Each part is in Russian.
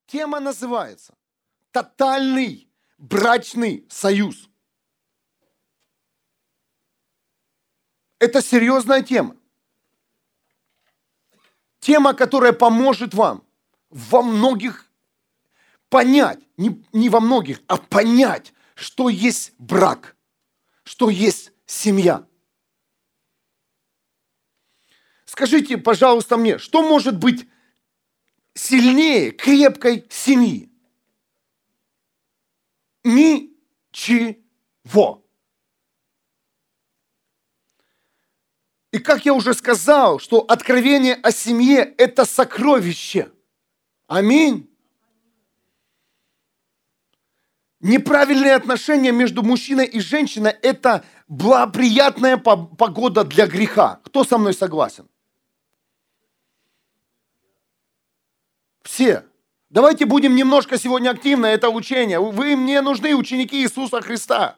Тема называется «Тотальный брачный союз». Это серьезная тема. Тема, которая поможет вам во многих понять, не во многих, а понять, что есть брак, что есть семья. Скажите, пожалуйста, мне, что может быть сильнее крепкой семьи? Ничего. И как я уже сказал, что откровение о семье – это сокровище. Аминь. Неправильные отношения между мужчиной и женщиной – это благоприятная погода для греха. Кто со мной согласен? Все. Давайте будем немножко сегодня активны, это учение. Вы мне нужны, ученики Иисуса Христа.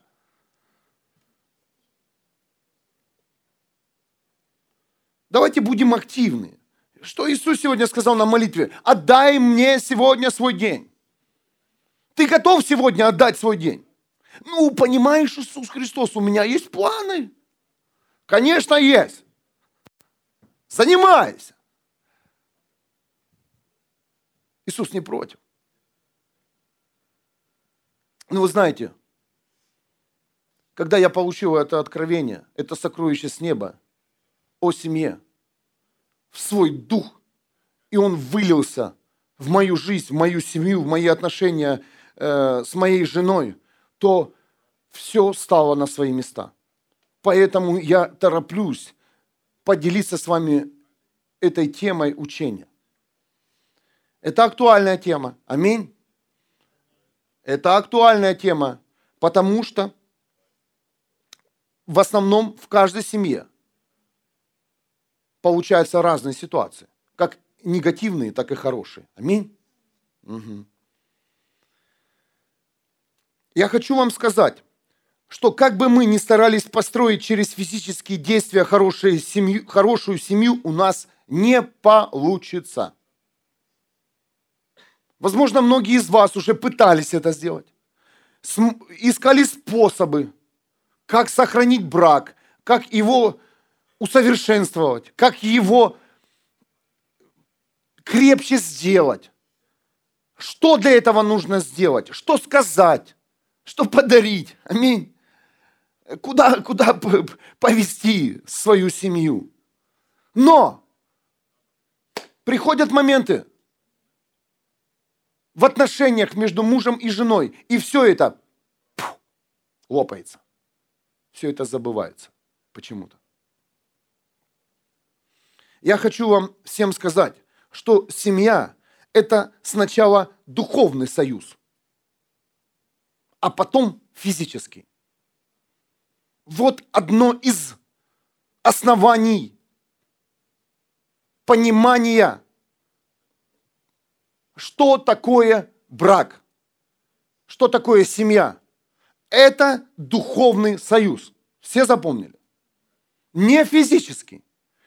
Давайте будем активны. Что Иисус сегодня сказал на молитве? Отдай мне сегодня свой день. Ты готов сегодня отдать свой день? Ну, понимаешь, Иисус Христос, у меня есть планы. Конечно, есть. Занимайся. Иисус не против. Ну, вы знаете, когда я получил это откровение, это сокровище с неба о семье, в свой дух, и он вылился в мою жизнь, в мою семью, в мои отношения с моей женой, то все стало на свои места. Поэтому я тороплюсь поделиться с вами этой темой учения. Это актуальная тема. Аминь. Это актуальная тема, потому что в основном в каждой семье получаются разные ситуации, как негативные, так и хорошие. Аминь. Угу. Я хочу вам сказать, что как бы мы ни старались построить через физические действия хорошую семью, у нас не получится. Возможно, многие из вас уже пытались это сделать. Искали способы, как сохранить брак, как его усовершенствовать, как его крепче сделать. Что для этого нужно сделать? Что сказать? Что подарить? Аминь. Куда повести свою семью? Но приходят моменты в отношениях между мужем и женой, и все это лопается. Все это забывается почему-то. Я хочу вам всем сказать, что семья – это сначала духовный союз, а потом физический. Вот одно из оснований понимания, что такое брак, что такое семья. Это духовный союз. Все запомнили? Не физический.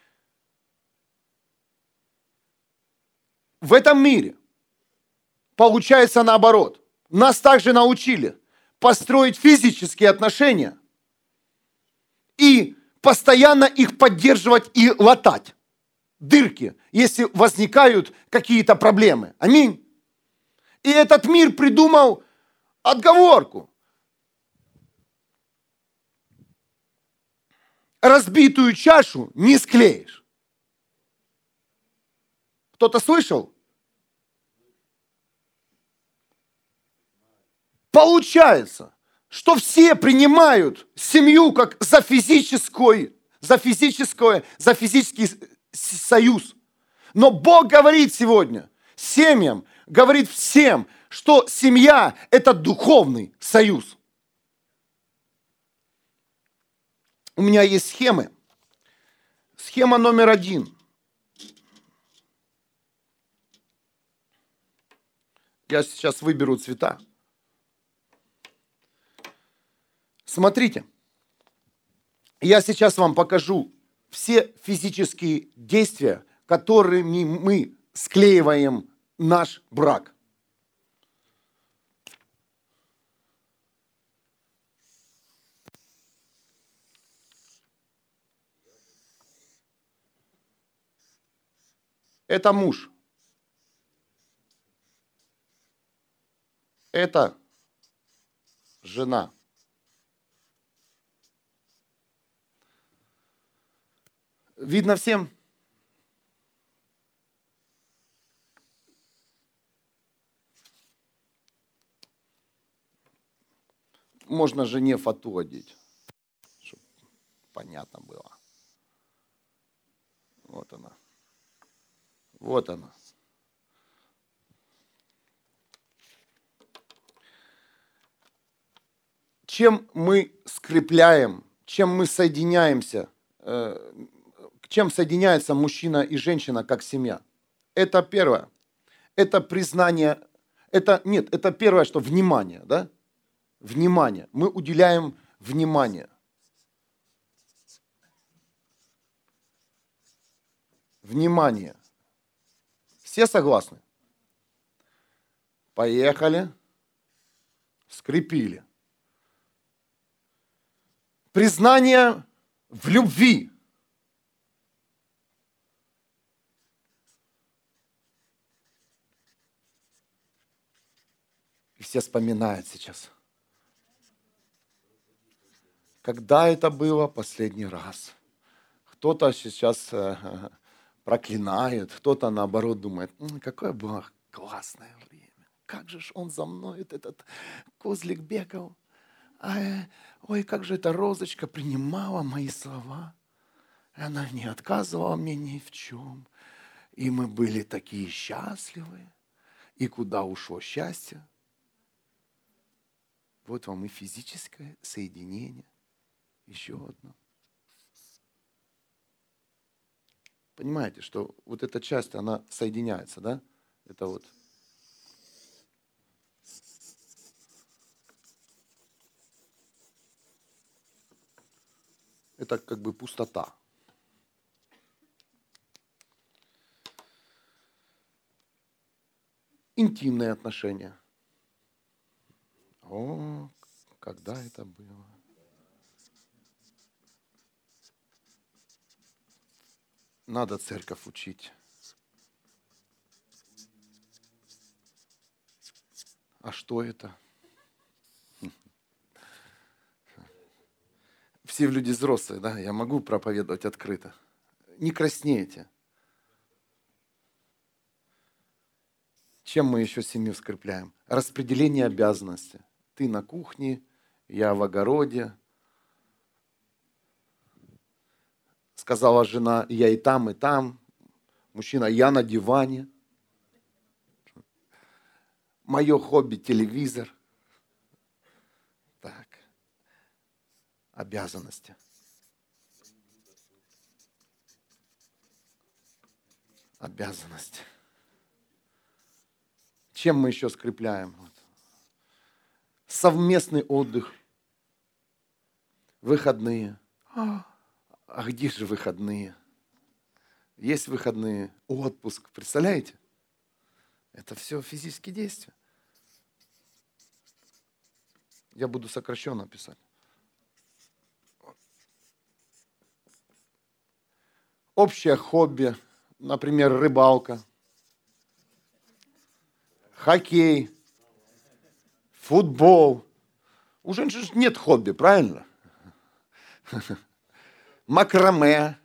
В этом мире получается наоборот. Нас также научили построить физические отношения и постоянно их поддерживать и латать. Дырки, если возникают какие-то проблемы. Аминь. И этот мир придумал отговорку. Разбитую чашу не склеишь. Кто-то слышал? Получается, что все принимают семью как за физический союз. Но Бог говорит сегодня семьям, говорит всем, что семья – это духовный союз. У меня есть схемы. Схема номер 1. Я сейчас выберу цвета. Смотрите. Я сейчас вам покажу все физические действия, которыми мы склеиваем наш брак. Это муж. Это жена. Видно всем? Можно жене фату одеть, чтобы понятно было. Вот она. Вот она. Чем мы скрепляем, чем мы соединяемся, чем соединяется мужчина и женщина как семья? Это первое. Это признание, это первое, что внимание, да? Внимание. Мы уделяем внимание. Внимание. Все согласны? Поехали. Скрепили. Признание в любви. И все вспоминают сейчас. Когда это было последний раз? Кто-то сейчас проклинает, кто-то наоборот думает, какое было классное время. Как же ж он за мной, этот козлик бегал. Ой, как же эта розочка принимала мои слова. Она не отказывала мне ни в чем. И мы были такие счастливые. И куда ушло счастье? Вот вам и физическое соединение. Еще одно. Понимаете, что вот эта часть, она соединяется, да? Это вот. Это как бы пустота. Интимные отношения. О, когда это было? Надо церковь учить. А что это? Все люди взрослые, да? Я могу проповедовать открыто. Не краснеете. Чем мы еще семью скрепляем? Распределение обязанностей. Ты на кухне, я в огороде. Сказала жена, я и там, и там. Мужчина, я на диване. Мое хобби – телевизор. Так. Обязанности. Обязанности. Чем мы еще скрепляем? Совместный отдых. Выходные. А где же выходные? Есть выходные, отпуск. Представляете? Это все физические действия. Я буду сокращенно писать. Общее хобби, например, рыбалка, хоккей, футбол. У женщин нет хобби, правильно? Макраме.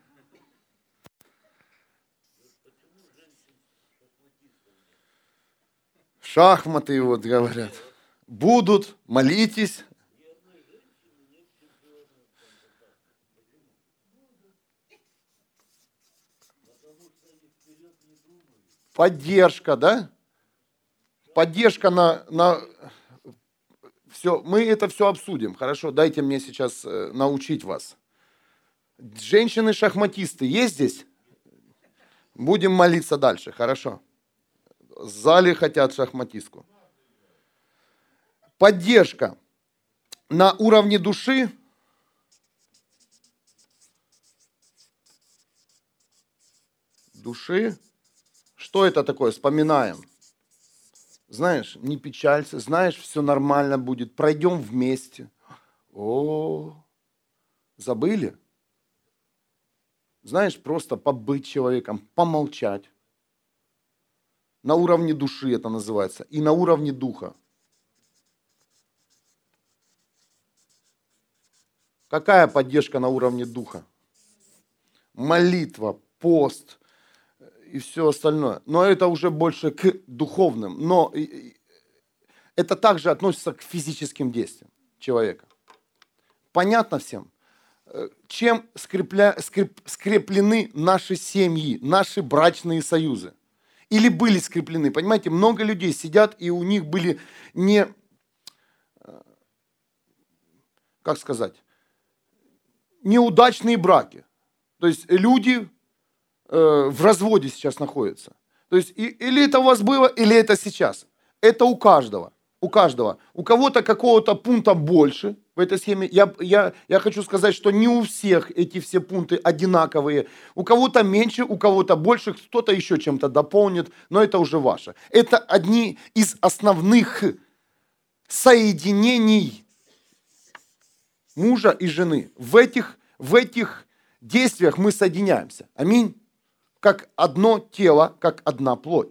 Шахматы, вот говорят. Будут, молитесь. Поддержка, да? Поддержка на все. Мы это все обсудим. Хорошо, дайте мне сейчас научить вас. Женщины-шахматисты есть здесь? Будем молиться дальше, хорошо. В зале хотят шахматистку. Поддержка на уровне души. Души. Что это такое? Вспоминаем. Знаешь, не печалься, знаешь, все нормально будет. Пройдем вместе. О, забыли? Знаешь, просто побыть человеком, помолчать. на уровне души это называется, и на уровне духа. Какая поддержка на уровне духа? Молитва, пост и все остальное. Но это уже больше к духовным. Но это также относится к физическим действиям человека. Понятно всем? Чем скреплены наши семьи, наши брачные союзы? Или были скреплены? Понимаете, много людей сидят, и у них были неудачные браки. То есть люди в разводе сейчас находятся. То есть или это у вас было, или это сейчас. Это у каждого. У каждого. У кого-то какого-то пункта больше в этой схеме. Я хочу сказать, что не у всех эти все пункты одинаковые. У кого-то меньше, у кого-то больше, кто-то еще чем-то дополнит, но это уже ваше. Это одни из основных соединений мужа и жены. В этих действиях мы соединяемся. Аминь. Как одно тело, как одна плоть.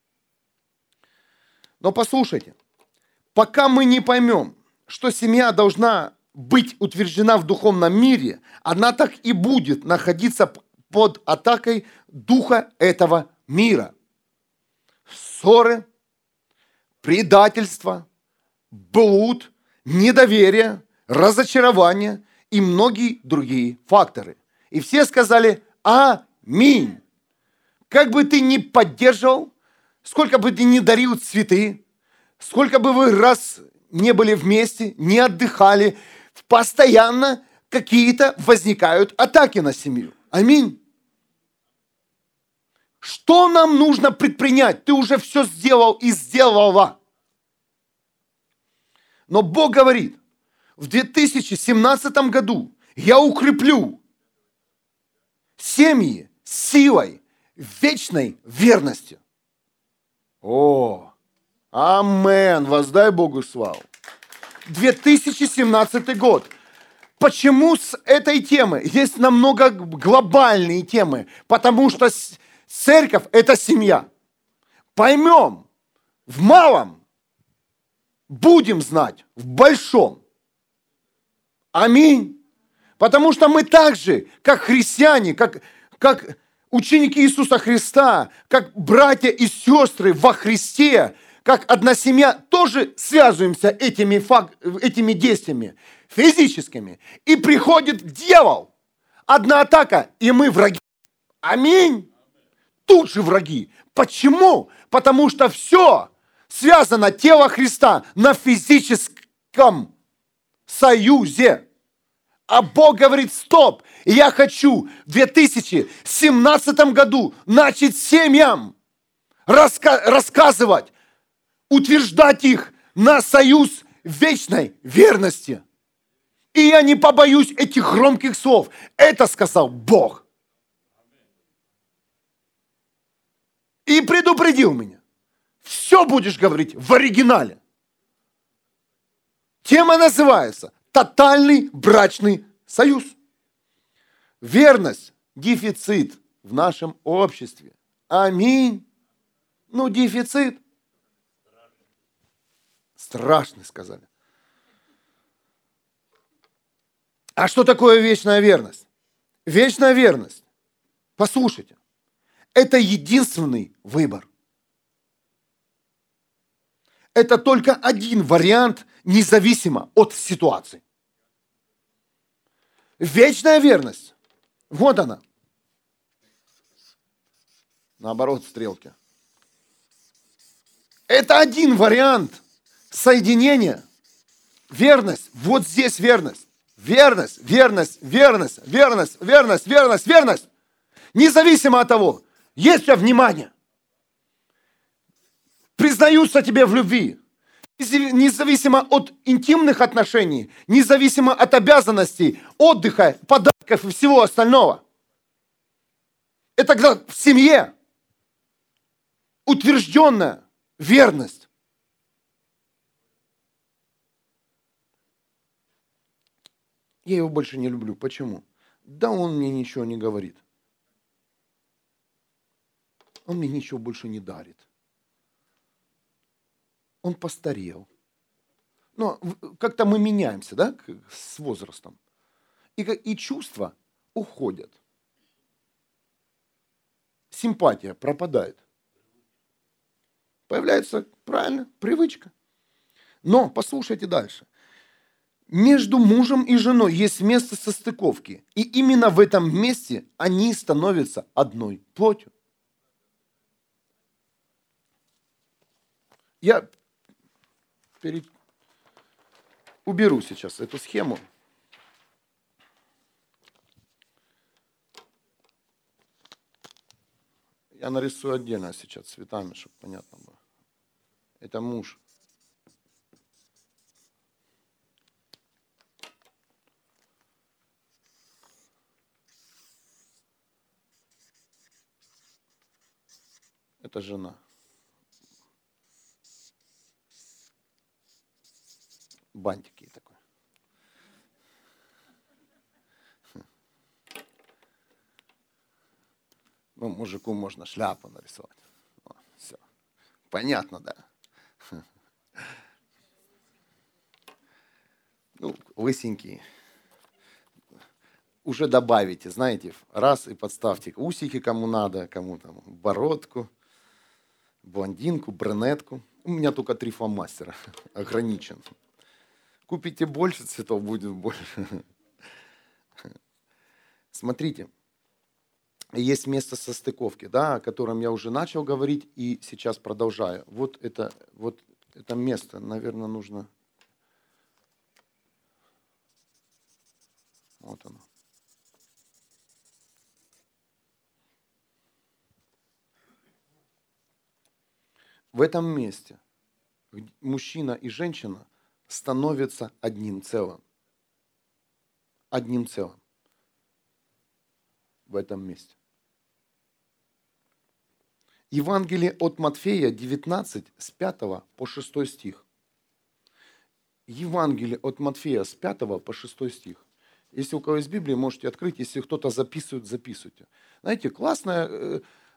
Но послушайте. Пока мы не поймем, что семья должна быть утверждена в духовном мире, она так и будет находиться под атакой духа этого мира. Ссоры, предательство, блуд, недоверие, разочарование и многие другие факторы. И все сказали «Аминь». Как бы ты ни поддерживал, сколько бы ты ни дарил цветы, сколько бы вы раз не были вместе, не отдыхали, постоянно какие-то возникают атаки на семью. Аминь. Что нам нужно предпринять? Ты уже все сделал и сделала. Но Бог говорит, в 2017 году я укреплю семьи силой вечной верности. Амен. Воздай Богу славу. 2017 год. Почему с этой темы? Есть намного глобальные темы. Потому что церковь – это семья. Поймем в малом, будем знать в большом. Аминь. Потому что мы так же, как христиане, как ученики Иисуса Христа, как братья и сестры во Христе, как одна семья, тоже связываемся этими действиями физическими. И приходит дьявол. Одна атака, и мы враги. Аминь. Тут же враги. Почему? Потому что все связано тело Христа на физическом союзе. А Бог говорит, стоп, я хочу в 2017 году начать семьям рассказывать, утверждать их на союз вечной верности. И я не побоюсь этих громких слов. Это сказал Бог. И предупредил меня. Все будешь говорить в оригинале. Тема называется «Тотальный брачный союз». Верность – дефицит в нашем обществе. Аминь. Дефицит. Страшный, сказали. А что такое вечная верность? Вечная верность, послушайте, это единственный выбор. Это только один вариант, независимо от ситуации. Вечная верность. Вот она. Наоборот, стрелки. Это один вариант соединения. Верность. Вот здесь верность. Верность, верность, верность, верность, верность, верность, верность. Независимо от того, есть у тебя внимание. Признаются тебе в любви. Независимо от интимных отношений, независимо от обязанностей, отдыха, подарков и всего остального. Это когда в семье утвержденная верность. Я его больше не люблю. Почему? Да он мне ничего не говорит. Он мне ничего больше не дарит. он постарел. Но как-то мы меняемся, да, с возрастом. И чувства уходят. Симпатия пропадает. Появляется, правильно, привычка. Но послушайте дальше. Между мужем и женой есть место состыковки. И именно в этом месте они становятся одной плотью. Я уберу сейчас эту схему. Я нарисую отдельно сейчас цветами, чтобы понятно было. Это муж. Это жена. Бантики такой. Ну, мужику можно шляпу нарисовать. О, все. Понятно, да? Ну, лысенький. Уже добавите, знаете, раз и подставьте усики кому надо, кому там бородку, блондинку, брюнетку. У меня только 3 фломастера, ограничен. Купите больше цветов, будет больше. Смотрите, есть место состыковки, да, о котором я уже начал говорить и сейчас продолжаю. Вот это место, наверное, нужно... Вот оно. В этом месте мужчина и женщина становятся одним целым. Одним целым. В этом месте. Евангелие от Матфея 19, с 5 по 6 стих. Евангелие от Матфея с 5 по 6 стих. Если у кого есть Библия, можете открыть. Если кто-то записывает, записывайте. Знаете, классно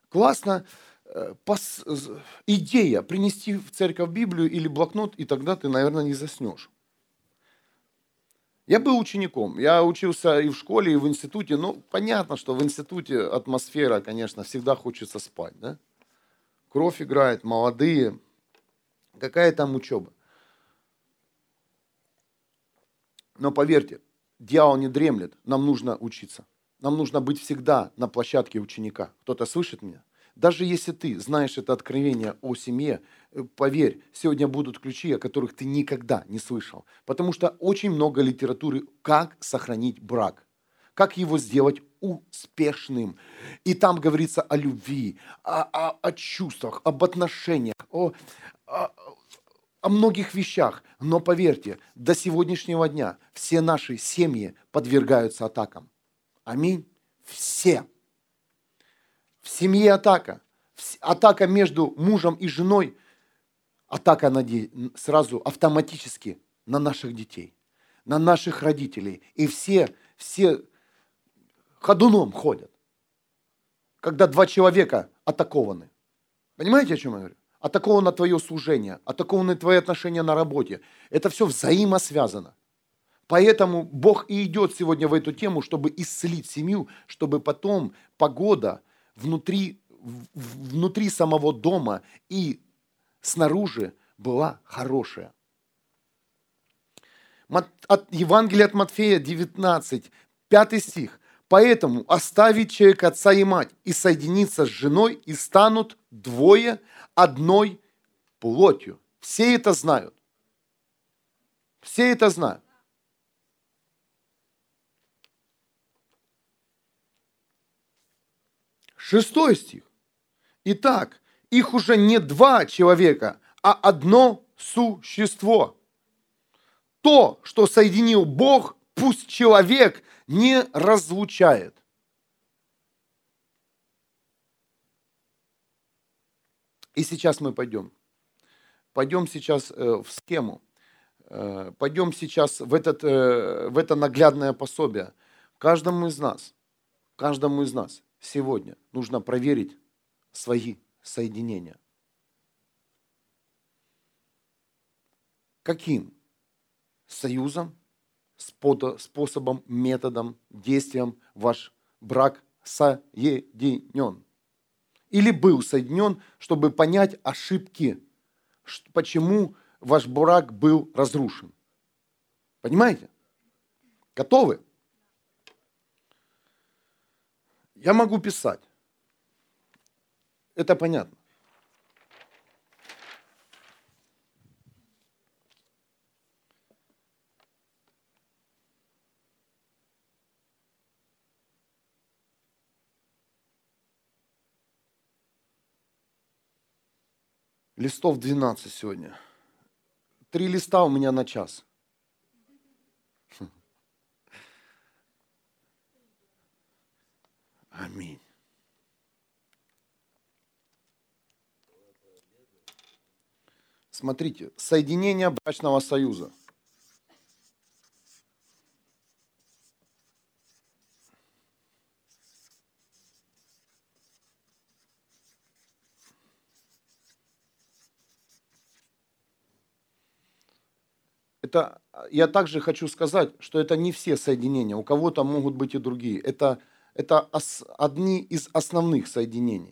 идея принести в церковь Библию или блокнот, и тогда ты, наверное, не заснешь. Я был учеником, я учился и в школе, и в институте. Ну, понятно, что в институте атмосфера, конечно, всегда хочется спать, да? Кровь играет, молодые. Какая там учеба? Но поверьте, дьявол не дремлет, нам нужно учиться. Нам нужно быть всегда на площадке ученика. Кто-то слышит меня? Даже если ты знаешь это откровение о семье, поверь, сегодня будут ключи, о которых ты никогда не слышал. Потому что очень много литературы, как сохранить брак, как его сделать успешным. И там говорится о любви, о чувствах, об отношениях, о многих вещах. Но поверьте, до сегодняшнего дня все наши семьи подвергаются атакам. Аминь. Все. В семье атака. Атака между мужем и женой. Атака сразу автоматически на наших детей, на наших родителей. И все ходуном ходят, когда 2 человека атакованы. Понимаете, о чем я говорю? Атаковано твое служение, атакованы твои отношения на работе. Это все взаимосвязано. Поэтому Бог и идет сегодня в эту тему, чтобы исцелить семью, чтобы потом погода внутри самого дома и снаружи была хорошая. От Евангелия от Матфея 19, 5 стих. Поэтому оставить человек отца и мать и соединиться с женой, и станут двое одной плотью. Все это знают. Все это знают. Шестой стих. Итак, их уже не 2 человека, а одно существо. То, что соединил Бог, пусть человек не разлучает. И сейчас мы пойдем. Пойдем сейчас в схему. Пойдем сейчас в это наглядное пособие. Каждому из нас сегодня нужно проверить свои соединения. Каким? Союзом, способом, методом, действием ваш брак соединен. Или был соединен, чтобы понять ошибки, почему ваш брак был разрушен. Понимаете? Готовы? Я могу писать. Это понятно. Листов 12 сегодня. 3 листа у меня на час. Аминь. Смотрите, соединение брачного союза. Это, я также хочу сказать, что это не все соединения. У кого-то могут быть и другие. Это одни из основных соединений.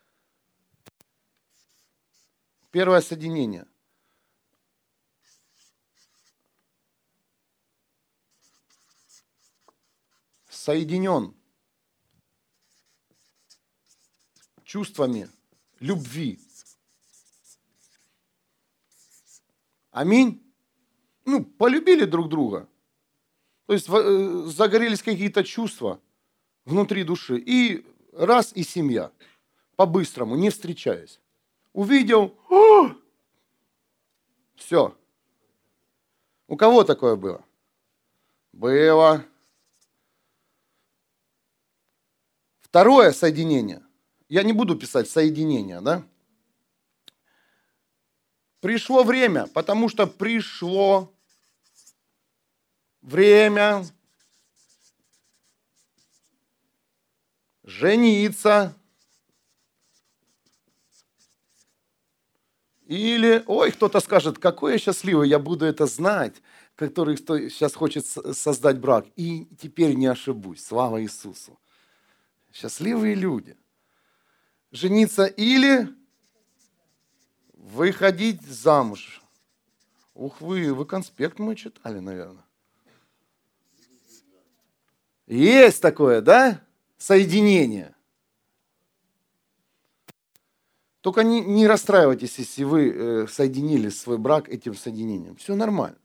Первое соединение. Соединен чувствами любви. Аминь. Полюбили друг друга. То есть загорелись какие-то чувства внутри души. И раз, и семья. По-быстрому, не встречаясь. Увидел, все. У кого такое было? Было. Второе соединение. Я не буду писать соединение, да? Пришло время, потому что пришло время жениться. Или, кто-то скажет, какой я счастливый, я буду это знать, который сейчас хочет создать брак. И теперь не ошибусь. Слава Иисусу. Счастливые люди. Жениться или выходить замуж. Ух вы конспект мой читали, наверное. Есть такое, да? Соединение. Только не расстраивайтесь, если вы соединили свой брак этим соединением. Все нормально.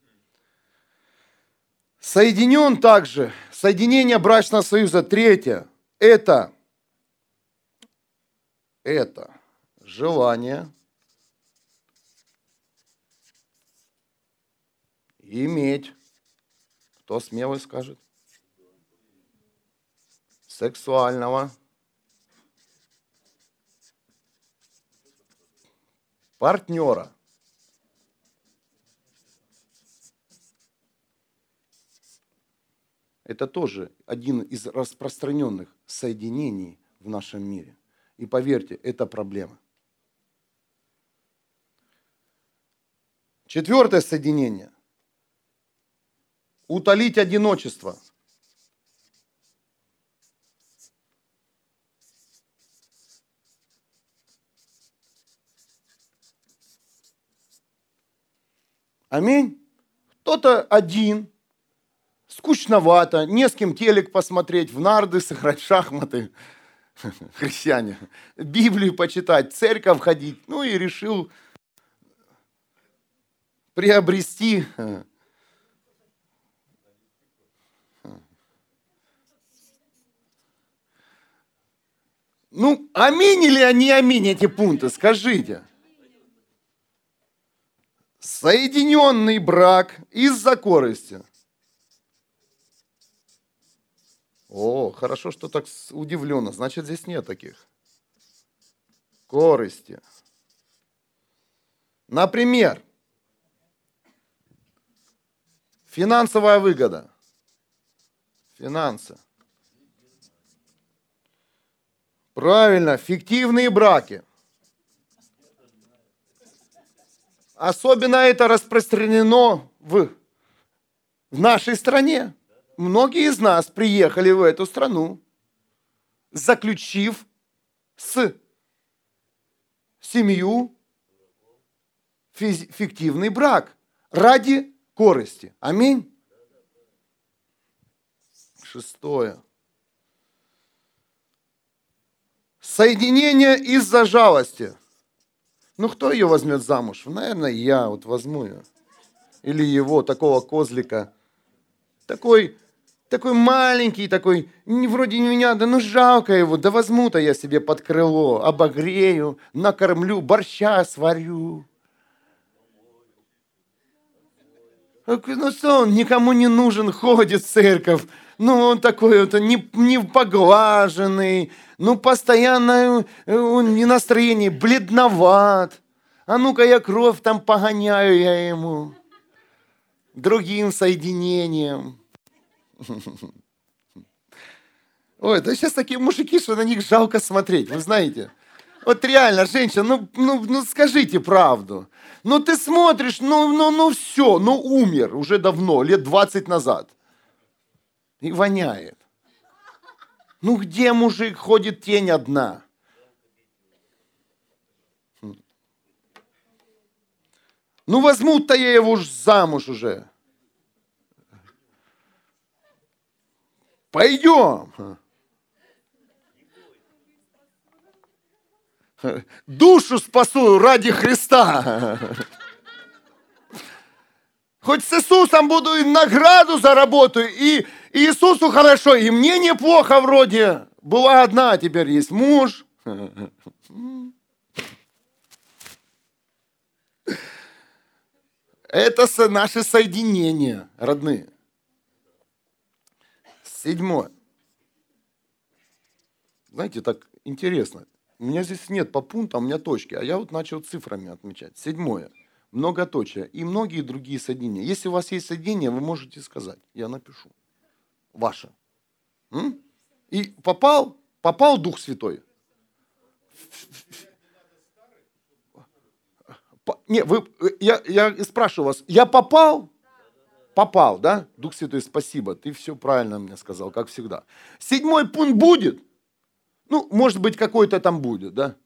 Соединен также. Соединение брачного союза. Третье. Это желание иметь, кто смелый скажет, сексуального партнера. Это тоже один из распространенных соединений в нашем мире. И поверьте, это проблема. Четвертое соединение. Утолить одиночество. Аминь. Кто-то один, скучновато, не с кем телек посмотреть, в нарды сыграть, в шахматы, христиане, Библию почитать, в церковь ходить, и решил приобрести аминь или не аминь эти пункты, скажите. Соединенный брак из-за корысти. Хорошо, что так удивленно. Значит, здесь нет таких. Корысти. Например, финансовая выгода. Финансы. Правильно, фиктивные браки. Особенно это распространено в нашей стране. Многие из нас приехали в эту страну, заключив с семью фиктивный брак ради корысти. Аминь. 6. Соединение из-за жалости. Ну, кто ее возьмет замуж? Наверное, я вот возьму ее. Или его, такого козлика. Такой маленький, такой, вроде не меня, да ну жалко его, да возьму-то я себе под крыло, обогрею, накормлю, борща сварю. Ну что, он никому не нужен, ходит в церковь. Ну, он такой вот не поглаженный, ну, постоянно он не настроение, бледноват. А ну-ка я кровь там погоняю я ему другим соединением. Ой, да сейчас такие мужики, что на них жалко смотреть, вы знаете. Вот реально, женщина, ну скажите правду. Ну ты смотришь, ну все, ну умер уже давно, лет 20 назад. И воняет. Ну где мужик, ходит тень одна? Ну возьмут-то я его уж замуж уже. Пойдем. Душу спасу ради Христа. Хоть с Иисусом буду и награду заработаю, и Иисусу хорошо, и мне неплохо вроде. Была одна, а теперь есть муж. Это наши соединения, родные. 7. Знаете, так интересно. У меня здесь нет по пунктам, у меня точки, а я вот начал цифрами отмечать. 7. Многоточие и многие другие соединения. Если у вас есть соединение, вы можете сказать, я напишу. Ваше. И попал Дух Святой. Не, я спрашиваю вас, я попал? Попал, да? Дух Святой, спасибо, ты все правильно мне сказал, как всегда. 7 пункт будет? Ну, может быть, какой-то там будет, да?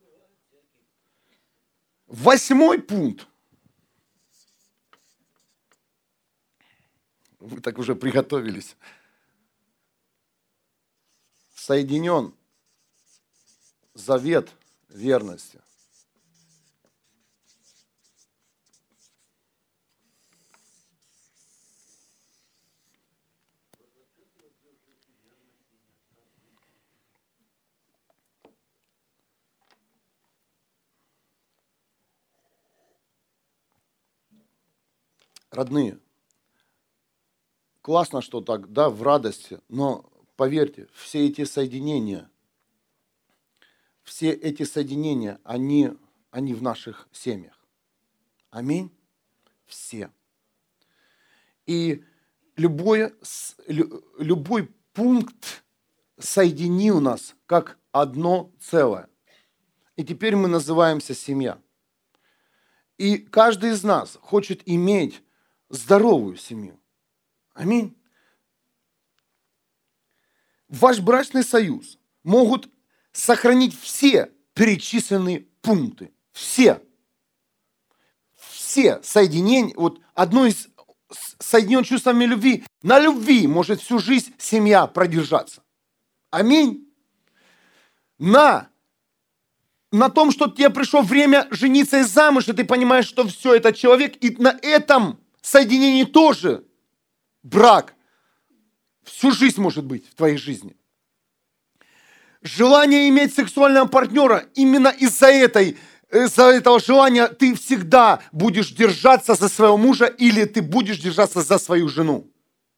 8 пункт. Вы так уже приготовились. Соединен завет верности. Родные, классно, что так, да, в радости, но поверьте, все эти соединения, они в наших семьях. Аминь. Все. И любой пункт соединил нас как одно целое. И теперь мы называемся семья. И каждый из нас хочет иметь здоровую семью. Аминь. Ваш брачный союз могут сохранить все перечисленные пункты. Все. Все соединения. Вот одно из соединен чувствами любви. На любви может всю жизнь семья продержаться. Аминь. На том, что тебе пришло время жениться и замуж, и ты понимаешь, что все, это человек, и на этом соединении тоже брак всю жизнь может быть в твоей жизни. Желание иметь сексуального партнера, именно из-за этого желания ты всегда будешь держаться за своего мужа или ты будешь держаться за свою жену.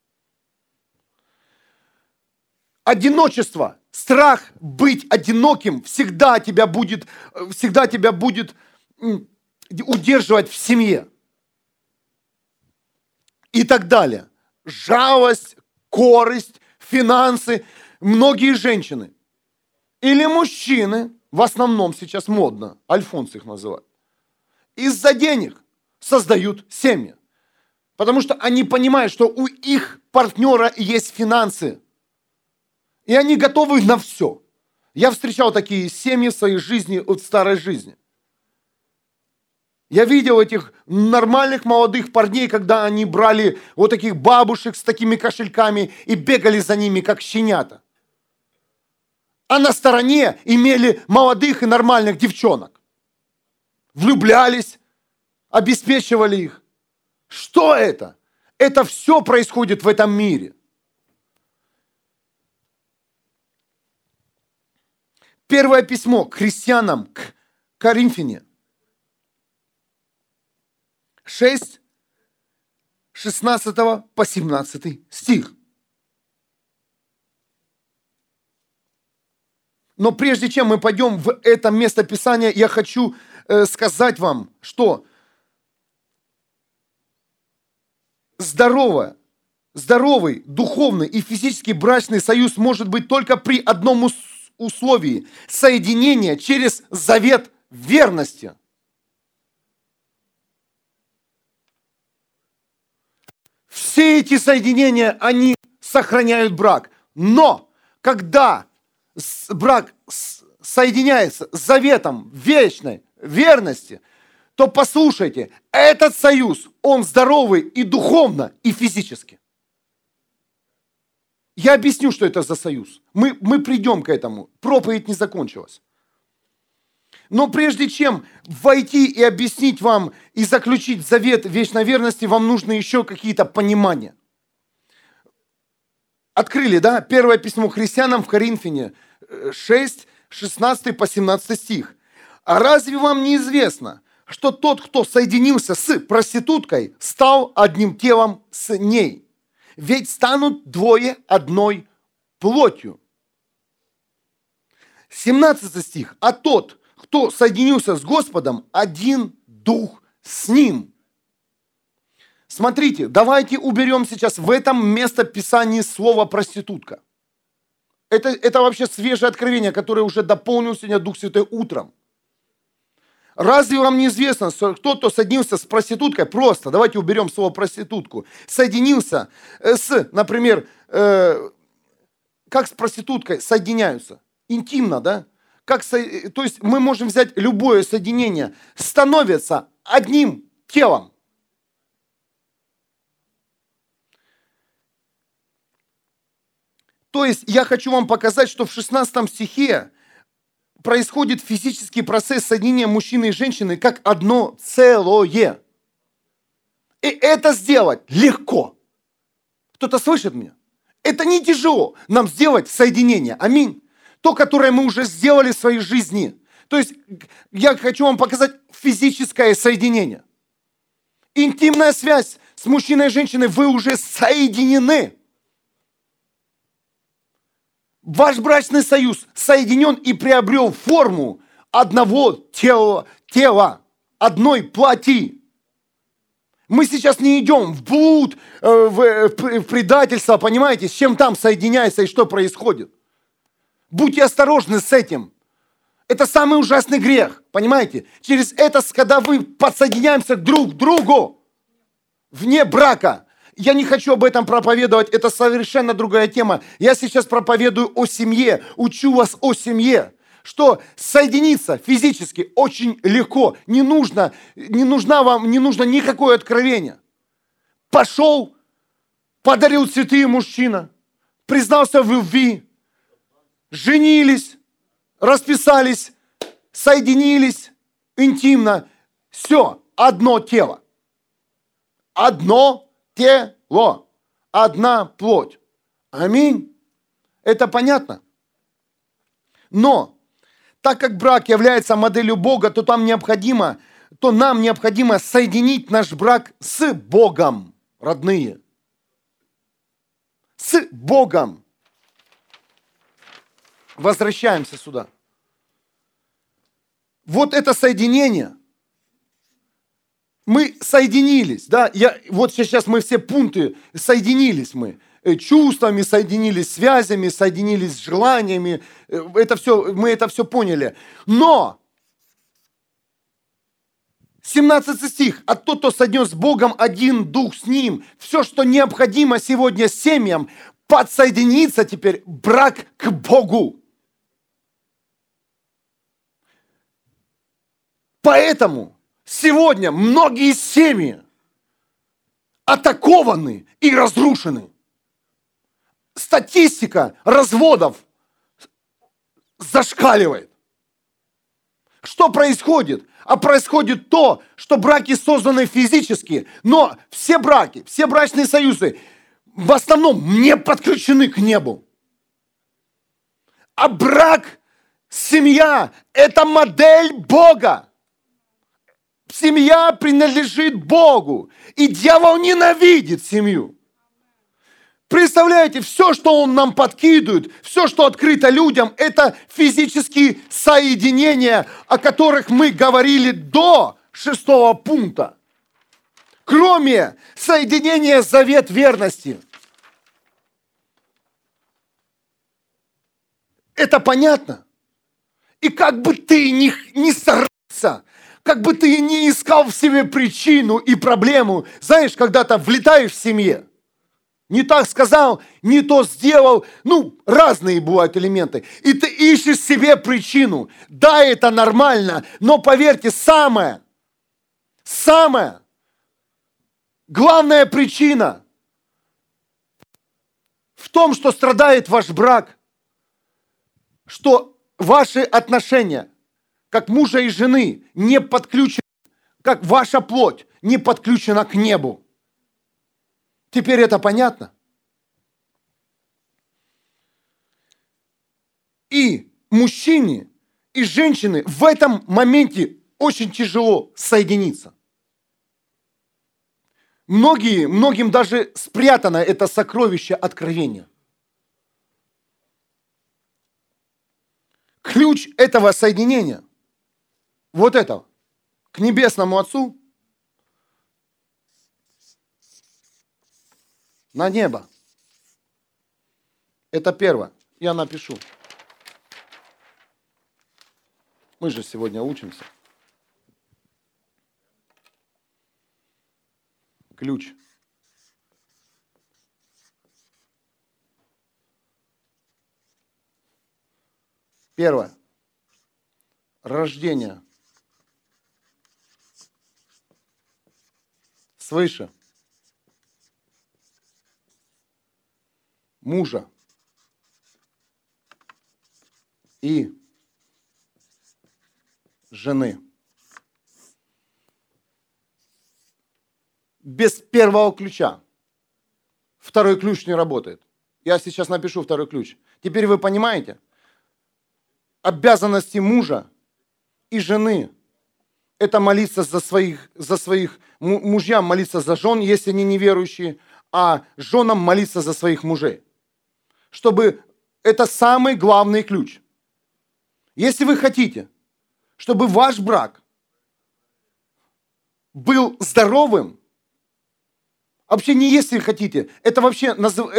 Одиночество, страх быть одиноким всегда тебя будет удерживать в семье. И так далее. Жалость, корость, финансы. Многие женщины или мужчины, в основном сейчас модно, альфонсы их называют, из-за денег создают семьи. Потому что они понимают, что у их партнера есть финансы. И они готовы на все. Я встречал такие семьи в своей жизни, от старой жизни. Я видел этих нормальных молодых парней, когда они брали вот таких бабушек с такими кошельками и бегали за ними, как щенята. А на стороне имели молодых и нормальных девчонок. Влюблялись, обеспечивали их. Что это? Это все происходит в этом мире. Первое письмо к христианам, к Коринфяне. 6, 16 по 17 стих. Но прежде чем мы пойдем в это место Писания, я хочу сказать вам, что здоровый, духовный и физический брачный союз может быть только при одном условии – соединение через завет верности. Все эти соединения, они сохраняют брак. Но когда брак соединяется с заветом вечной верности, то послушайте, этот союз, он здоровый и духовно, и физически. Я объясню, что это за союз. Мы придем к этому. Проповедь не закончилась. Но прежде чем войти и объяснить вам и заключить завет вечной верности, вам нужно еще какие-то понимания. Открыли, да? Первое письмо к христианам в Коринфяне 6, 16 по 17 стих. А разве вам не известно, что тот, кто соединился с проституткой, стал одним телом с ней? Ведь станут двое одной плотью. 17 стих. А тот, кто соединился с Господом, один дух с ним. Смотрите, давайте уберем сейчас в этом местописании слово проститутка. Это вообще свежее откровение, которое уже дополнил сегодня Дух Святой утром. Разве вам не известно, что кто-то соединился с проституткой, просто, давайте уберем слово проститутку, соединился с, например, как с проституткой соединяются? Интимно, да? То есть мы можем взять любое соединение, становятся одним телом. То есть я хочу вам показать, что в 16 стихе происходит физический процесс соединения мужчины и женщины как одно целое. И это сделать легко. Кто-то слышит меня? Это не тяжело нам сделать соединение. Аминь. То, которое мы уже сделали в своей жизни. То есть я хочу вам показать физическое соединение. Интимная связь с мужчиной и женщиной, вы уже соединены. Ваш брачный союз соединен и приобрел форму одного тела, одной плоти. Мы сейчас не идем в блуд, в предательство, понимаете, с чем там соединяется и что происходит. Будьте осторожны с этим. Это самый ужасный грех, понимаете? Через это, когда вы подсоединяемся друг к другу вне брака. Я не хочу об этом проповедовать, это совершенно другая тема. Я сейчас проповедую о семье, учу вас о семье. Что соединиться физически очень легко. Не нужно никакое откровение. Пошел, подарил цветы мужчина, признался в любви, женились, расписались, соединились интимно. Все, одно тело. Одно тело, одна плоть. Аминь. Это понятно? Но, так как брак является моделью Бога, то нам необходимо соединить наш брак с Богом, родные. С Богом. Возвращаемся сюда. Вот это соединение. Мы соединились, да, вот сейчас мы все пункты соединились мы. Чувствами соединились, связями, соединились с желаниями. Мы это все поняли. Но 17 стих. А тот, кто соединен с Богом, один дух с Ним. Все, что необходимо сегодня семьям, подсоединиться теперь брак к Богу. Поэтому сегодня многие семьи атакованы и разрушены. Статистика разводов зашкаливает. Что происходит? А происходит то, что браки созданы физически, но все браки, все брачные союзы в основном не подключены к небу. А брак, семья – это модель Бога. Семья принадлежит Богу, и дьявол ненавидит семью. Представляете, все, что он нам подкидывает, все, что открыто людям, это физические соединения, о которых мы говорили до 6 пункта. Кроме соединения завет верности. Это понятно? И как бы ты ни старался, как бы ты ни искал в себе причину и проблему, знаешь, когда-то влетаешь в семье, не так сказал, не то сделал. Разные бывают элементы. И ты ищешь себе причину. Да, это нормально, но поверьте, самая главная причина в том, что страдает ваш брак, что ваши отношения, как мужа и жены, не подключены, как ваша плоть не подключена к небу. Теперь это понятно? И мужчине, и женщине в этом моменте очень тяжело соединиться. Многим даже спрятано это сокровище откровения. Ключ этого соединения, вот этого, к Небесному Отцу, на небо. Это первое. Я напишу. Мы же сегодня учимся. Ключ. Первое. Рождение свыше. Мужа и жены. Без первого ключа второй ключ не работает. Я сейчас напишу второй ключ. Теперь вы понимаете? Обязанности мужа и жены – это молиться за своих мужьям, молиться за жен, если они неверующие, а женам молиться за своих мужей. Чтобы это самый главный ключ. Если вы хотите, чтобы ваш брак был здоровым, вообще не если хотите, это вообще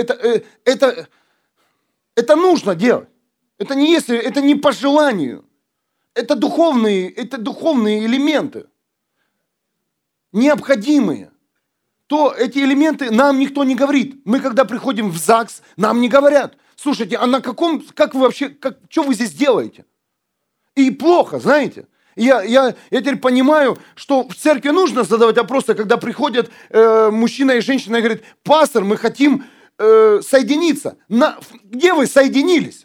это нужно делать. Это не если, это не по желанию. Это духовные элементы, необходимые. То эти элементы нам никто не говорит. Мы, когда приходим в ЗАГС, нам не говорят. Слушайте, а как вы вообще, что вы здесь делаете? И плохо, знаете. Я теперь понимаю, что в церкви нужно задавать вопросы, когда приходят мужчина и женщина и говорят: пастор, мы хотим соединиться. Где вы соединились?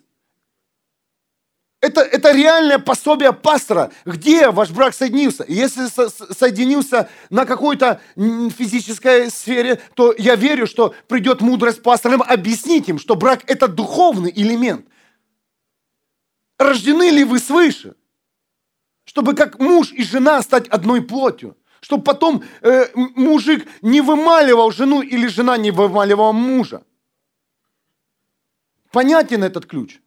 Это реальное пособие пастора. Где ваш брак соединился? Если соединился на какой-то физической сфере, то я верю, что придет мудрость пастора объяснить им, что брак – это духовный элемент. Рождены ли вы свыше? Чтобы как муж и жена стать одной плотью. Чтобы потом мужик не вымаливал жену или жена не вымаливала мужа. Понятен этот ключ?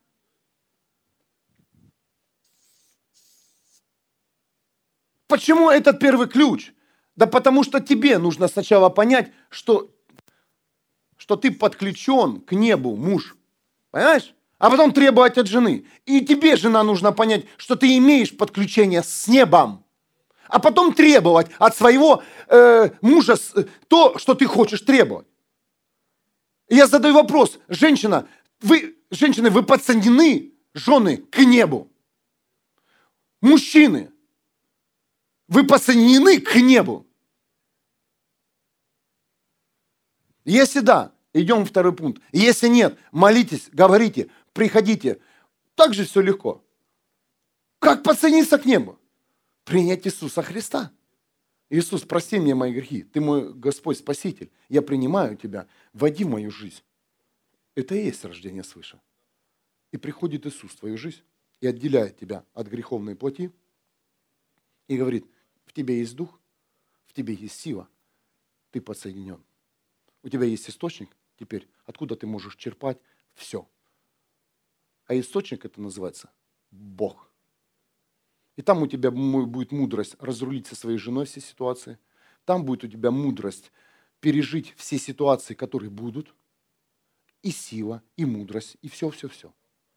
Почему этот первый ключ? Да потому что тебе нужно сначала понять, что ты подключен к небу, муж. Понимаешь? А потом требовать от жены. И тебе, жена, нужно понять, что ты имеешь подключение с небом. а потом требовать от своего мужа то, что ты хочешь требовать. И я задаю вопрос, женщины, вы подсоединены, жены, к небу. Мужчины, вы подсоединены к небу. Если да, идем в второй пункт. Если нет, молитесь, говорите, приходите. Так же все легко. Как подсоединиться к небу? Принять Иисуса Христа. Иисус, прости мне мои грехи. Ты мой Господь Спаситель. Я принимаю Тебя. Войди в мою жизнь. Это и есть рождение свыше. И приходит Иисус в твою жизнь и отделяет тебя от греховной плоти и говорит, в тебе есть дух, в тебе есть сила, ты подсоединен. У тебя есть источник теперь, откуда ты можешь черпать все. А источник это называется Бог. И там у тебя будет мудрость разрулить со своей женой все ситуации. Там будет у тебя мудрость пережить все ситуации, которые будут. И сила, и мудрость, и все-все-все.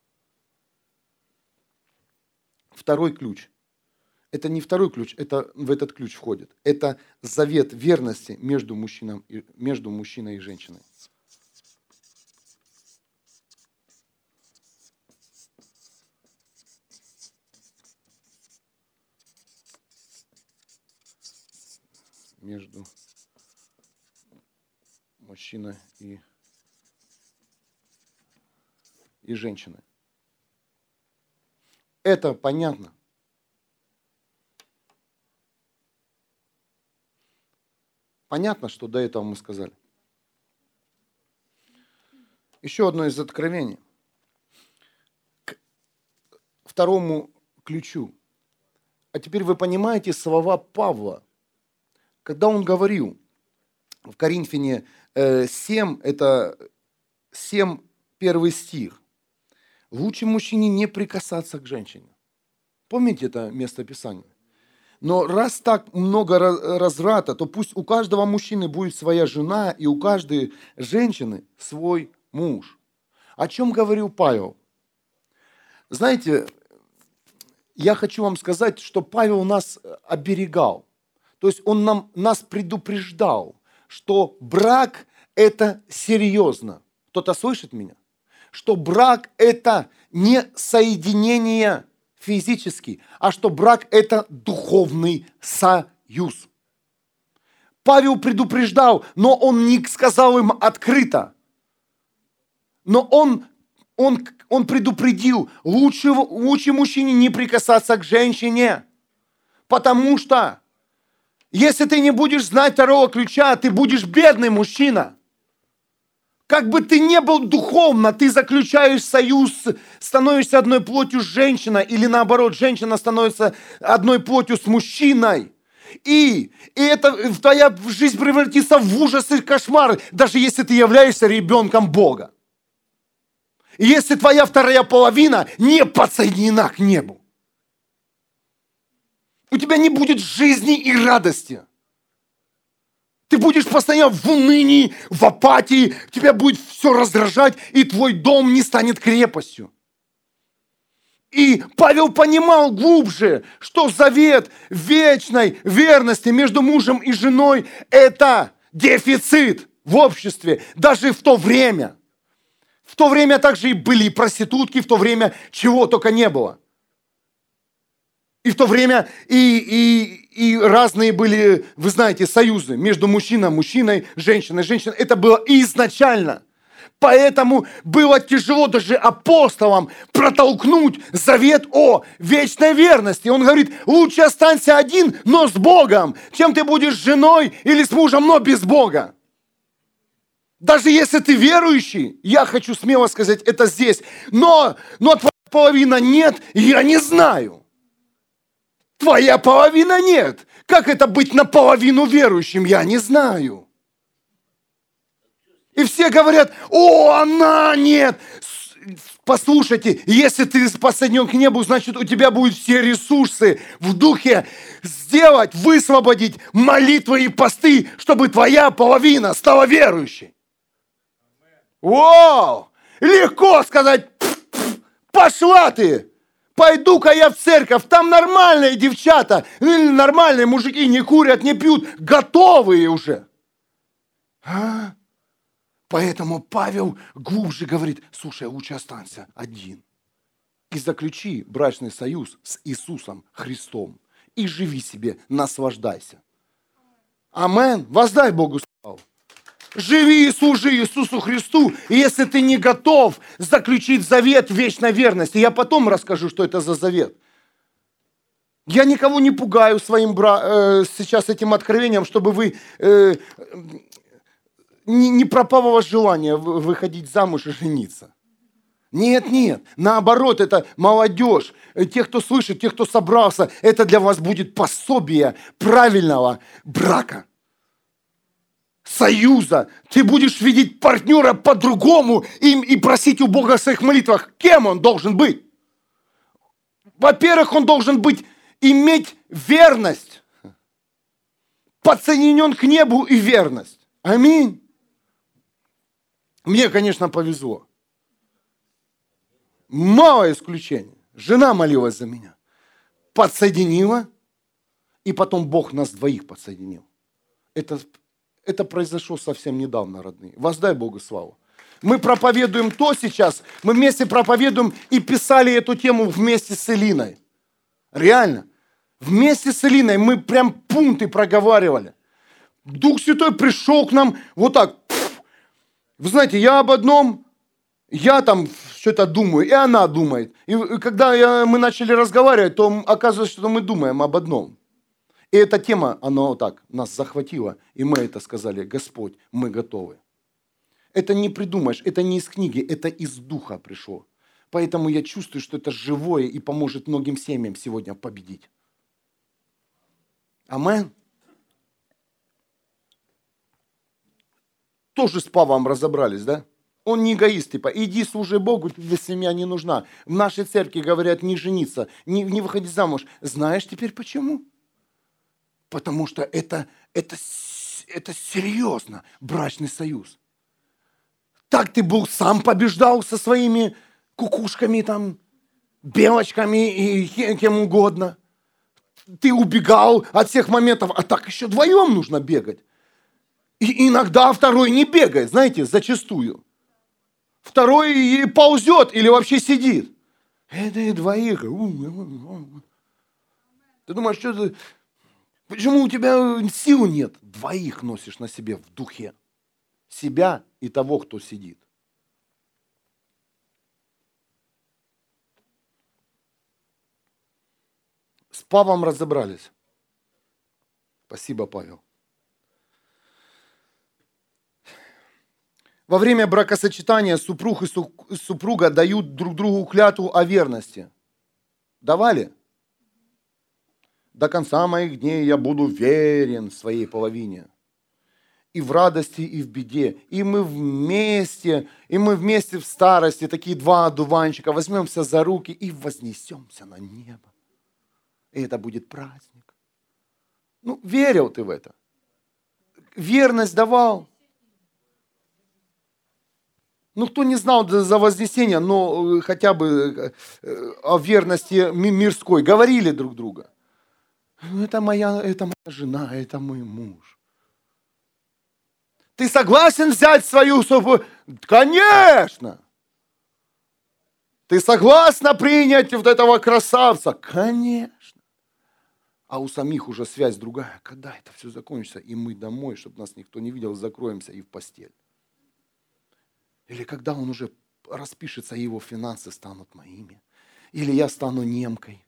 Второй ключ. Это не второй ключ, это в этот ключ входит. Это завет верности между мужчиной и женщиной. Между мужчиной и женщиной. Это понятно. Понятно, что до этого мы сказали. Еще одно из откровений. К второму ключу. А теперь вы понимаете слова Павла, когда он говорил в Коринфяне 7, это 7, 1 стих. Лучше мужчине не прикасаться к женщине. Помните это место Писания? Но раз так много разврата, то пусть у каждого мужчины будет своя жена, и у каждой женщины свой муж. О чем говорил Павел? Знаете, я хочу вам сказать, что Павел нас оберегал. То есть он нас предупреждал, что брак – это серьезно. Кто-то слышит меня? Что брак – это не соединение физический, а что брак – это духовный союз. Павел предупреждал, но он не сказал им открыто. Но он предупредил, лучше мужчине не прикасаться к женщине. Потому что, если ты не будешь знать второго ключа, ты будешь бедный мужчина. Как бы ты ни был духовно, ты заключаешь союз, становишься одной плотью с женщиной, или наоборот, женщина становится одной плотью с мужчиной. И это твоя жизнь превратится в ужас и кошмар, даже если ты являешься ребенком Бога. И если твоя вторая половина не подсоединена к небу, у тебя не будет жизни и радости. Ты будешь постоянно в унынии, в апатии, тебя будет все раздражать, и твой дом не станет крепостью. И Павел понимал глубже, что завет вечной верности между мужем и женой – это дефицит в обществе, даже в то время. В то время также и были и проститутки, в то время чего только не было. И в то время и разные были, вы знаете, союзы между мужчиной, женщиной. Это было изначально. Поэтому было тяжело даже апостолам протолкнуть завет о вечной верности. Он говорит, лучше останься один, но с Богом, чем ты будешь с женой или с мужем, но без Бога. Даже если ты верующий, я хочу смело сказать это здесь, но твоя половина нет, я не знаю. Твоя половина нет. Как это быть наполовину верующим, я не знаю. И все говорят, она нет. Послушайте, если ты подсоединен к небу, значит у тебя будут все ресурсы в духе сделать, высвободить молитвы и посты, чтобы твоя половина стала верующей. Вау! Легко сказать, пошла ты! пойду-ка я в церковь, там нормальные девчата, нормальные мужики не курят, не пьют, готовые уже. А? Поэтому Павел глубже говорит, слушай, лучше останься один. И заключи брачный союз с Иисусом Христом. И живи себе, наслаждайся. Амен. Воздай Богу славу. Живи и служи Иисусу Христу. И если ты не готов заключить завет вечной верности, я потом расскажу, что это за завет. Я никого не пугаю своим сейчас этим откровением, чтобы вы не пропало у вас желание выходить замуж и жениться. Нет, нет. Наоборот, это молодежь, те, кто слышит, те, кто собрался, это для вас будет пособие правильного брака, союза. Ты будешь видеть партнера по-другому и просить у Бога в своих молитвах, кем он должен быть. Во-первых, он должен иметь верность, подсоединен к небу и верность. Аминь. Мне, конечно, повезло. Мало исключений. Жена молилась за меня. Подсоединила. И потом Бог нас двоих подсоединил. Это произошло совсем недавно, родные. Воздай Богу славу. Мы проповедуем то сейчас. Мы вместе проповедуем и писали эту тему вместе с Элиной. Реально. Вместе с Элиной мы прям пункты проговаривали. Дух Святой пришел к нам вот так. Вы знаете, я об одном, я там что-то думаю, и она думает. И когда мы начали разговаривать, то оказывается, что мы думаем об одном. И эта тема, она вот так нас захватила, и мы это сказали, Господь, мы готовы. Это не придумаешь, это не из книги, это из духа пришло. Поэтому я чувствую, что это живое и поможет многим семьям сегодня победить. Амен. Тоже с Павлом разобрались, да? Он не эгоист, типа, иди служи Богу, тебе семья не нужна. В нашей церкви говорят не жениться, не выходить замуж. Знаешь теперь почему? Потому что это серьезно, брачный союз. Так ты был сам побеждал со своими кукушками, там, белочками и кем угодно. Ты убегал от всех моментов, а так еще вдвоем нужно бегать. И иногда второй не бегает, знаете, зачастую. Второй и ползет или вообще сидит. Это и двоих. Ты думаешь, что ты... Почему у тебя сил нет? Двоих носишь на себе в духе. Себя и того, кто сидит. С Павлом разобрались. Спасибо, Павел. Во время бракосочетания супруг и супруга дают друг другу клятву о верности. Давали? До конца моих дней я буду верен своей половине. И в радости, и в беде. И мы вместе в старости, такие два одуванчика, возьмемся за руки и вознесемся на небо. И это будет праздник. Ну, верил ты в это? Верность давал? Ну, кто не знал за вознесение, но хотя бы о верности мирской, говорили друг другу. Это моя жена, это мой муж. Ты согласен взять свою супругу? Конечно! Ты согласна принять вот этого красавца? Конечно! А у самих уже связь другая. Когда это все закончится, и мы домой, чтобы нас никто не видел, закроемся и в постель. Или когда он уже распишется, и его финансы станут моими. Или я стану немкой.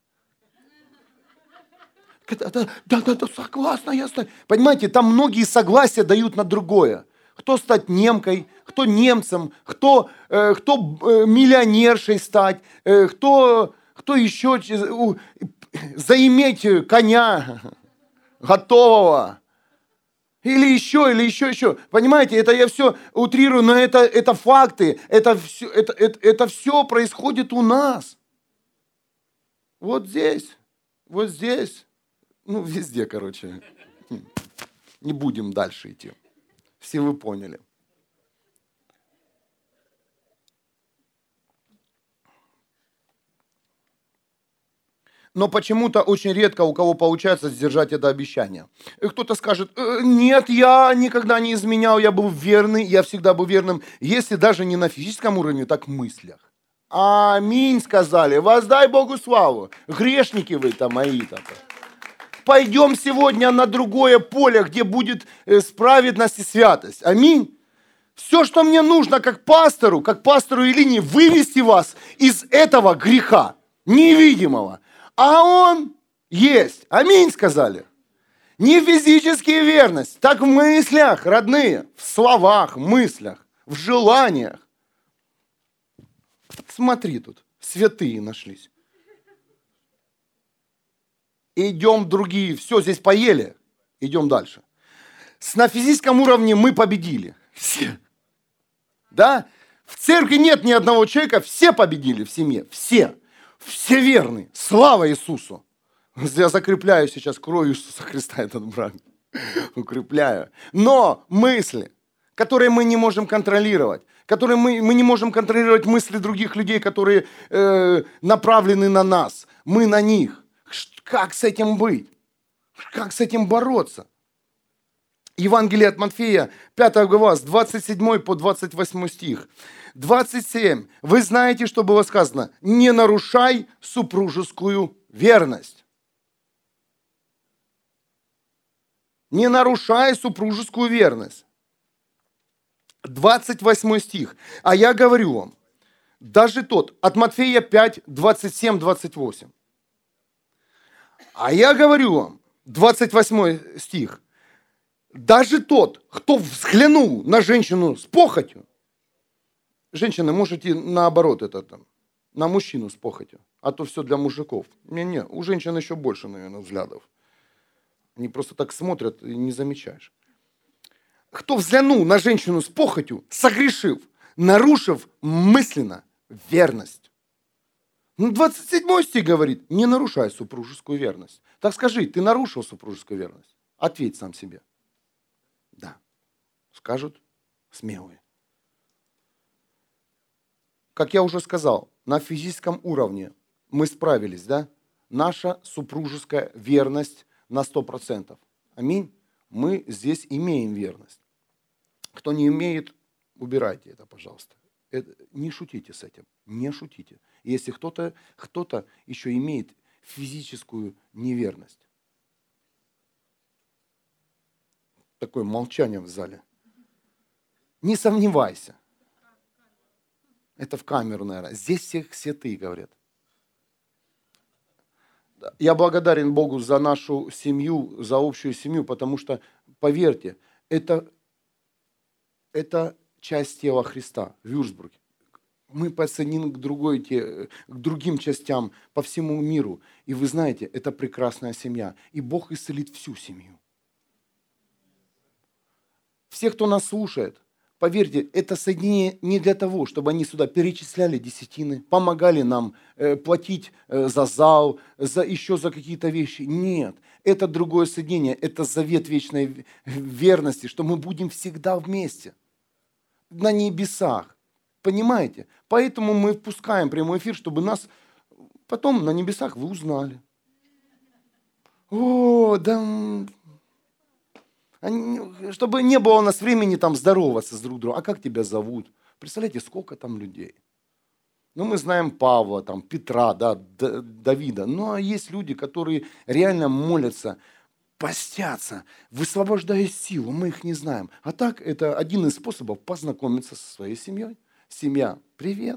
Да, согласна, я стану. Понимаете, там многие согласия дают на другое. Кто стать немкой, кто немцем, кто миллионершей стать, кто еще заиметь коня готового. Или еще. Понимаете, это я все утрирую, но это факты. Это все происходит у нас. Вот здесь. Ну, везде, короче. Не будем дальше идти. Все вы поняли. Но почему-то очень редко у кого получается сдержать это обещание. И кто-то скажет, нет, я никогда не изменял, я был верный, я всегда был верным, если даже не на физическом уровне, так в мыслях. Аминь, сказали, воздай Богу славу. Грешники вы-то мои-то. Пойдем сегодня на другое поле, где будет праведность и святость. Аминь. Все, что мне нужно как пастору Илине, вывести вас из этого греха невидимого. А он есть. Аминь, сказали. Не физическая верность, так в мыслях, родные, в словах, мыслях, в желаниях. Смотри тут, святые нашлись. Идем другие, все, здесь поели, идем дальше. На физическом уровне мы победили. Все. Да? В церкви нет ни одного человека, все победили в семье, все. Все верны. Слава Иисусу. Я закрепляю сейчас кровью Иисуса Христа этот брак. Укрепляю. Но мысли, которые мы не можем контролировать, которые мы не можем контролировать мысли других людей, которые направлены на нас, мы на них. Как с этим быть? Как с этим бороться? Евангелие от Матфея, 5 глава, с 27 по 28 стих. 27. Вы знаете, что было сказано? Не нарушай супружескую верность. Не нарушай супружескую верность. 28 стих. А я говорю вам, даже тот, от Матфея 5, 27, 28. А я говорю вам, 28 стих. Даже тот, кто взглянул на женщину с похотью, женщины, можете наоборот на мужчину с похотью, а то все для мужиков. Не, у женщин еще больше, наверное, взглядов. Они просто так смотрят и не замечаешь. Кто взглянул на женщину с похотью, согрешив, нарушив мысленно верность. 27 стих говорит, не нарушай супружескую верность. Так скажи, ты нарушил супружескую верность? Ответь сам себе. Да. Скажут смелые. Как я уже сказал, на физическом уровне мы справились, да? Наша супружеская верность на 100%. Аминь. Мы здесь имеем верность. Кто не имеет, убирайте это, пожалуйста. Не шутите с этим. Не шутите. Если кто-то еще имеет физическую неверность. Такое молчание в зале. Не сомневайся. Это в камеру, наверное. Здесь всех святые говорят. Я благодарен Богу за нашу семью, за общую семью, потому что, поверьте, это часть тела Христа в Вюрцбурге. Мы подсоединены к другим частям по всему миру. И вы знаете, это прекрасная семья. И Бог исцелит всю семью. Все, кто нас слушает, поверьте, это соединение не для того, чтобы они сюда перечисляли десятины, помогали нам платить за зал, еще за какие-то вещи. Нет, это другое соединение, это завет вечной верности, что мы будем всегда вместе, на небесах. Понимаете? Поэтому мы впускаем прямой эфир, чтобы нас потом на небесах вы узнали. О, да... Чтобы не было у нас времени там здороваться с друг другом. А как тебя зовут? Представляете, сколько там людей? Ну, мы знаем Павла, там, Петра, да, Давида. Ну, а есть люди, которые реально молятся, постятся, высвобождая силу. Мы их не знаем. А так, это один из способов познакомиться со своей семьей. Семья, привет.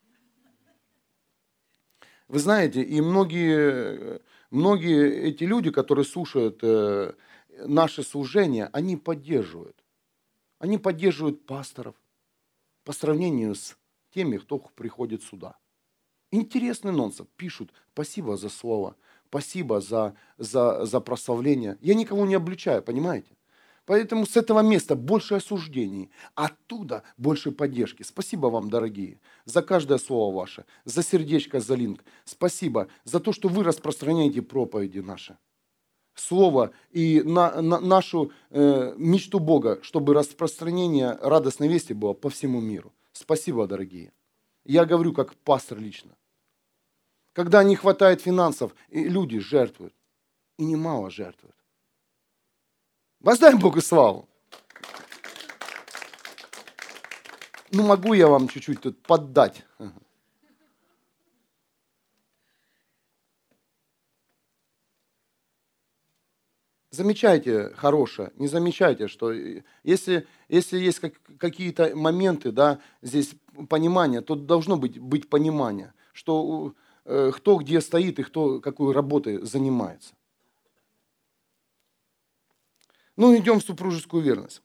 Вы знаете, и многие эти люди, которые слушают наше служение, они поддерживают. Они поддерживают пасторов по сравнению с теми, кто приходит сюда. Интересный нонсенс. Пишут, спасибо за слово, спасибо за прославление. Я никого не обличаю, понимаете? Поэтому с этого места больше осуждений, оттуда больше поддержки. Спасибо вам, дорогие, за каждое слово ваше, за сердечко, за линк. Спасибо за то, что вы распространяете проповеди наши. Слово и нашу мечту Бога, чтобы распространение радостной вести было по всему миру. Спасибо, дорогие. Я говорю как пастор лично. Когда не хватает финансов, и люди жертвуют. И немало жертвуют. Воздай Богу славу. Ну, могу я вам чуть-чуть тут поддать. Замечайте хорошее, не замечайте, что если есть какие-то моменты, да, здесь понимание, то должно быть понимание, что кто где стоит и кто какой работой занимается. Ну, идем в супружескую верность.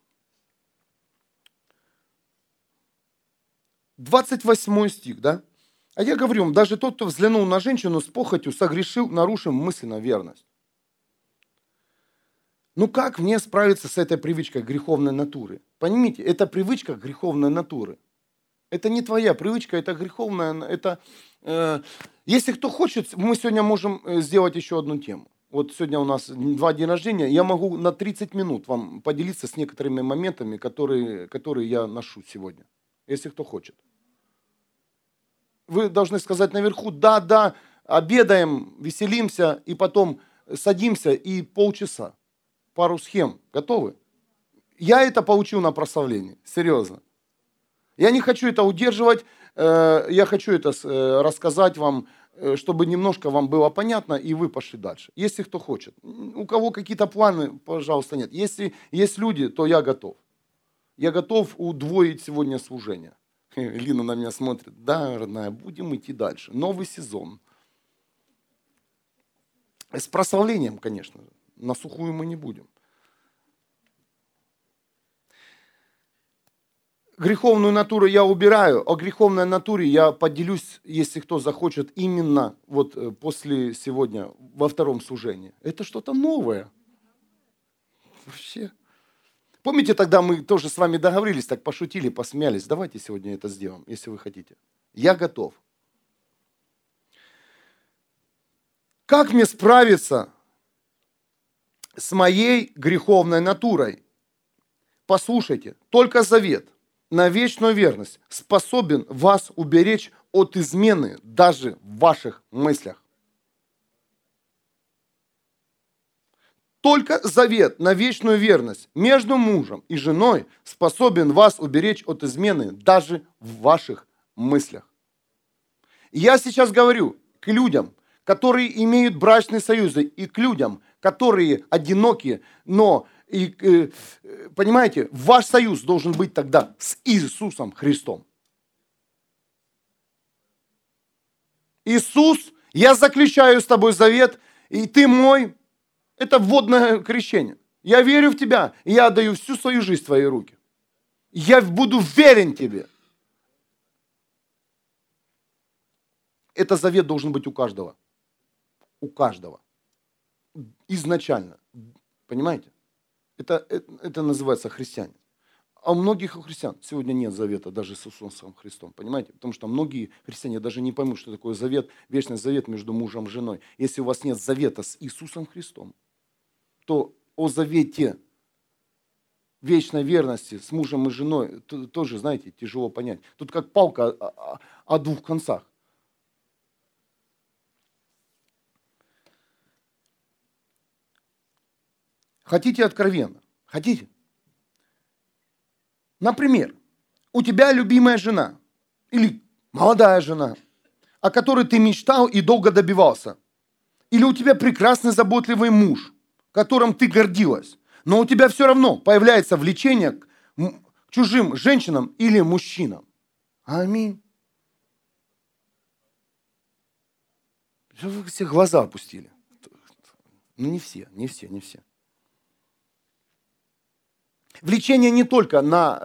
28 стих, да? А я говорю вам, даже тот, кто взглянул на женщину с похотью, согрешил, нарушив мысленно верность. Ну как мне справиться с этой привычкой греховной натуры? Поймите, это привычка греховной натуры. Это не твоя привычка, это греховная. Если кто хочет, мы сегодня можем сделать еще одну тему. Вот сегодня у нас 2 дня рождения. Я могу на 30 минут вам поделиться с некоторыми моментами, которые я ношу сегодня. Если кто хочет. Вы должны сказать наверху, да, обедаем, веселимся, и потом садимся и полчаса. Пару схем. Готовы? Я это получил на прославлении. Серьезно. Я не хочу это удерживать. Я хочу это рассказать вам, чтобы немножко вам было понятно, и вы пошли дальше. Если кто хочет. У кого какие-то планы, пожалуйста, нет. Если есть люди, то я готов. Я готов удвоить сегодня служение. Лина на меня смотрит. Да, родная, будем идти дальше. Новый сезон. С прославлением, конечно. На сухую мы не будем. Греховную натуру я убираю, о греховной натуре я поделюсь, если кто захочет, именно вот после сегодня во втором служении. Это что-то новое. Вообще. Помните, тогда мы тоже с вами договорились, так пошутили, посмеялись. Давайте сегодня это сделаем, если вы хотите. Я готов. Как мне справиться с моей греховной натурой? Послушайте, только завет на вечную верность способен вас уберечь от измены даже в ваших мыслях. Только завет на вечную верность между мужем и женой способен вас уберечь от измены даже в ваших мыслях. И я сейчас говорю к людям, которые имеют брачные союзы, и к людям, которые одиноки, но, понимаете, ваш союз должен быть тогда с Иисусом Христом. Иисус, я заключаю с тобой завет, и ты мой. Это водное крещение. Я верю в тебя, и я отдаю всю свою жизнь в твои руки. Я буду верен тебе. Это завет должен быть у каждого. У каждого. Изначально. Понимаете? Это называется христиане. А у многих христиан сегодня нет завета даже с Иисусом Христом. Понимаете? Потому что многие христиане даже не поймут, что такое завет, вечный завет между мужем и женой. Если у вас нет завета с Иисусом Христом, то о завете вечной верности с мужем и женой тоже, знаете, тяжело понять. Тут как палка о двух концах. Хотите откровенно? Хотите? Например, у тебя любимая жена или молодая жена, о которой ты мечтал и долго добивался. Или у тебя прекрасный заботливый муж, которым ты гордилась, но у тебя все равно появляется влечение к чужим женщинам или мужчинам. Аминь. Вы все глаза опустили. Ну не все. Влечение не только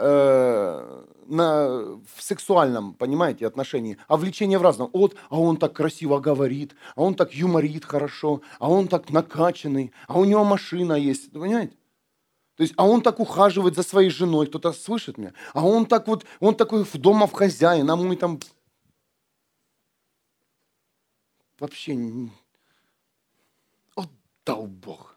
в сексуальном, понимаете, отношении, а влечение в разном. А он так красиво говорит, а он так юморит хорошо, а он так накачанный, а у него машина есть, понимаете? То есть, а он так ухаживает за своей женой, кто-то слышит меня? А он так вот, он такой в дома в хозяин, а мой там вообще отдал Бог.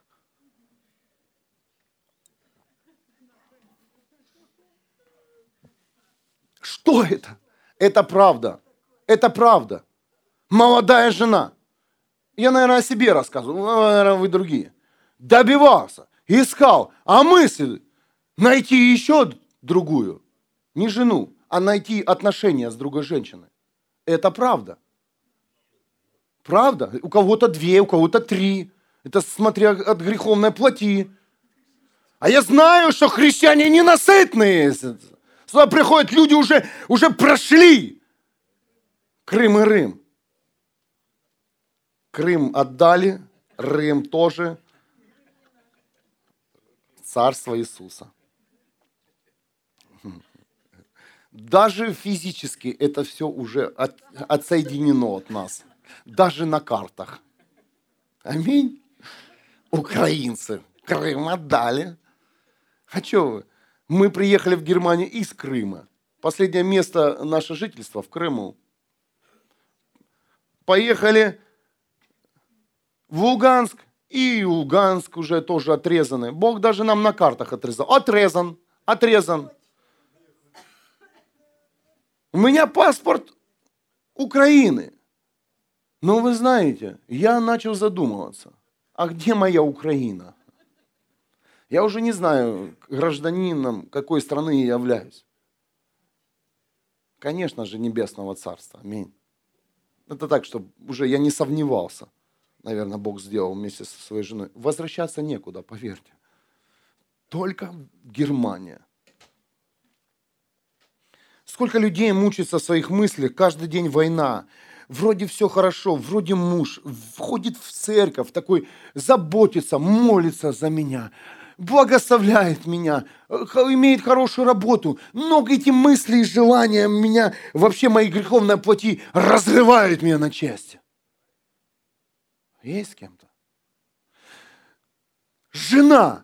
Что это? Это правда. Это правда. молодая жена. Я, наверное, о себе рассказываю, наверное, вы другие. Добивался, искал, а мысль найти еще другую. Не жену, а найти отношения с другой женщиной. Это правда. Правда? У кого-то 2, у кого-то 3. Это смотря от греховной плоти. А я знаю, что христиане ненасытные. Сюда приходят люди, уже прошли Крым и Рим. Крым отдали, Рим тоже. Царство Иисуса. Даже физически это все уже отсоединено от нас. Даже на картах. Аминь. Украинцы Крым отдали. А что вы? Мы приехали в Германию из Крыма. Последнее место нашего жительства в Крыму. Поехали в Луганск. И Луганск уже тоже отрезаны. Бог даже нам на картах отрезал. Отрезан. У меня паспорт Украины. Но вы знаете, я начал задумываться. А где моя Украина? Я уже не знаю, гражданином какой страны я являюсь. Конечно же, Небесного Царства. Аминь. Это так, чтобы уже я не сомневался. Наверное, Бог сделал вместе со своей женой. Возвращаться некуда, поверьте. Только Германия. Сколько людей мучается в своих мыслях, каждый день война. Вроде все хорошо, вроде муж входит в церковь, такой заботится, молится за меня, благословляет меня, имеет хорошую работу. Но эти мысли и желания меня, вообще мои греховные плоти, разрывают меня на части. Есть с кем-то? Жена,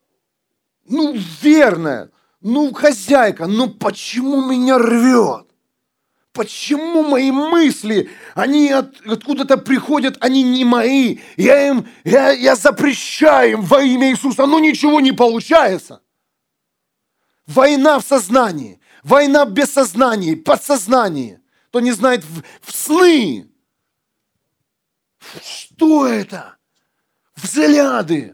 верная, хозяйка, почему меня рвет? Почему мои мысли, они откуда-то приходят, они не мои. Я запрещаю им во имя Иисуса, но ничего не получается. Война в сознании, война в бессознании, подсознании. Кто не знает, в сны. Что это? Взгляды.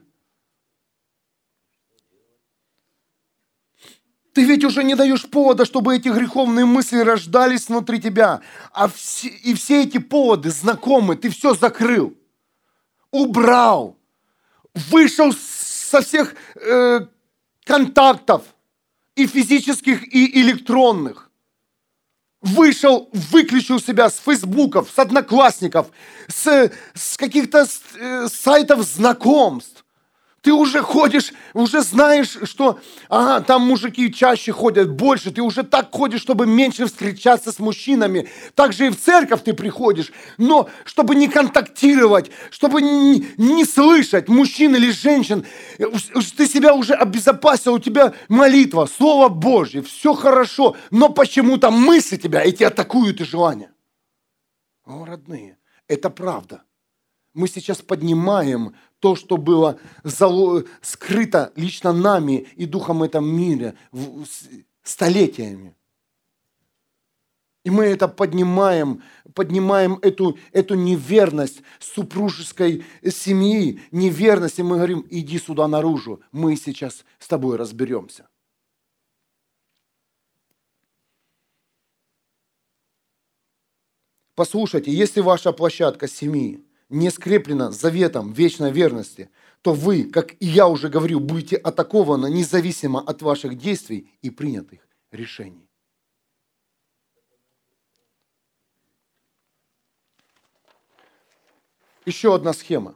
Ты ведь уже не даешь повода, чтобы эти греховные мысли рождались внутри тебя. И все эти поводы знакомы, ты все закрыл, убрал, вышел со всех контактов, и физических, и электронных. Вышел, выключил себя с фейсбуков, с одноклассников, с каких-то сайтов знакомств. Ты уже ходишь, уже знаешь, что там мужики чаще ходят, больше. Ты уже так ходишь, чтобы меньше встречаться с мужчинами. Также и в церковь ты приходишь. Но чтобы не контактировать, чтобы не слышать мужчин или женщин, ты себя уже обезопасил, у тебя молитва, Слово Божье, все хорошо. Но почему-то мысли тебя, эти атакуют и желания. О, родные, это правда. Мы сейчас поднимаем то, что было скрыто лично нами и духом этом мире столетиями. И мы это поднимаем эту неверность супружеской семьи, неверность, и мы говорим, иди сюда наружу, мы сейчас с тобой разберемся. Послушайте, если ваша площадка семьи не скреплена заветом вечной верности, то вы, как и я уже говорил, будете атакованы независимо от ваших действий и принятых решений. Еще одна схема.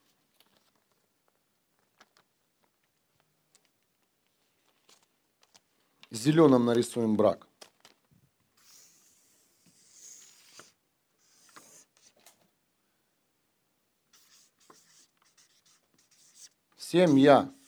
Зеленым нарисуем брак. Семья.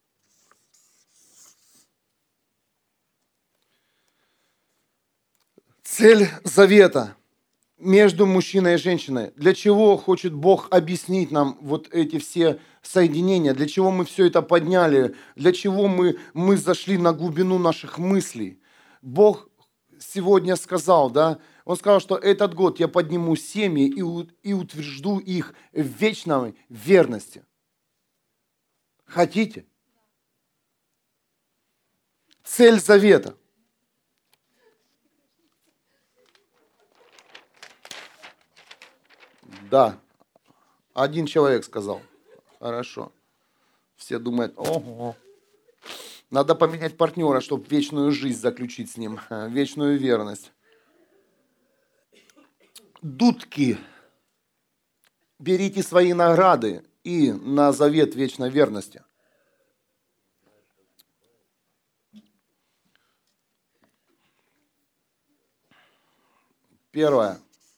Цель завета между мужчиной и женщиной. Для чего хочет Бог объяснить нам вот эти все соединения? Для чего мы все это подняли? Для чего мы зашли на глубину наших мыслей? Бог сегодня сказал, да, Он сказал, что этот год я подниму семьи и утвержду их в вечной верности. Хотите? Цель завета. Да, один человек сказал. Хорошо. Все думают, ого, надо поменять партнера, чтобы вечную жизнь заключить с ним, вечную верность. Дудки, берите свои награды и на завет вечной верности. Первое.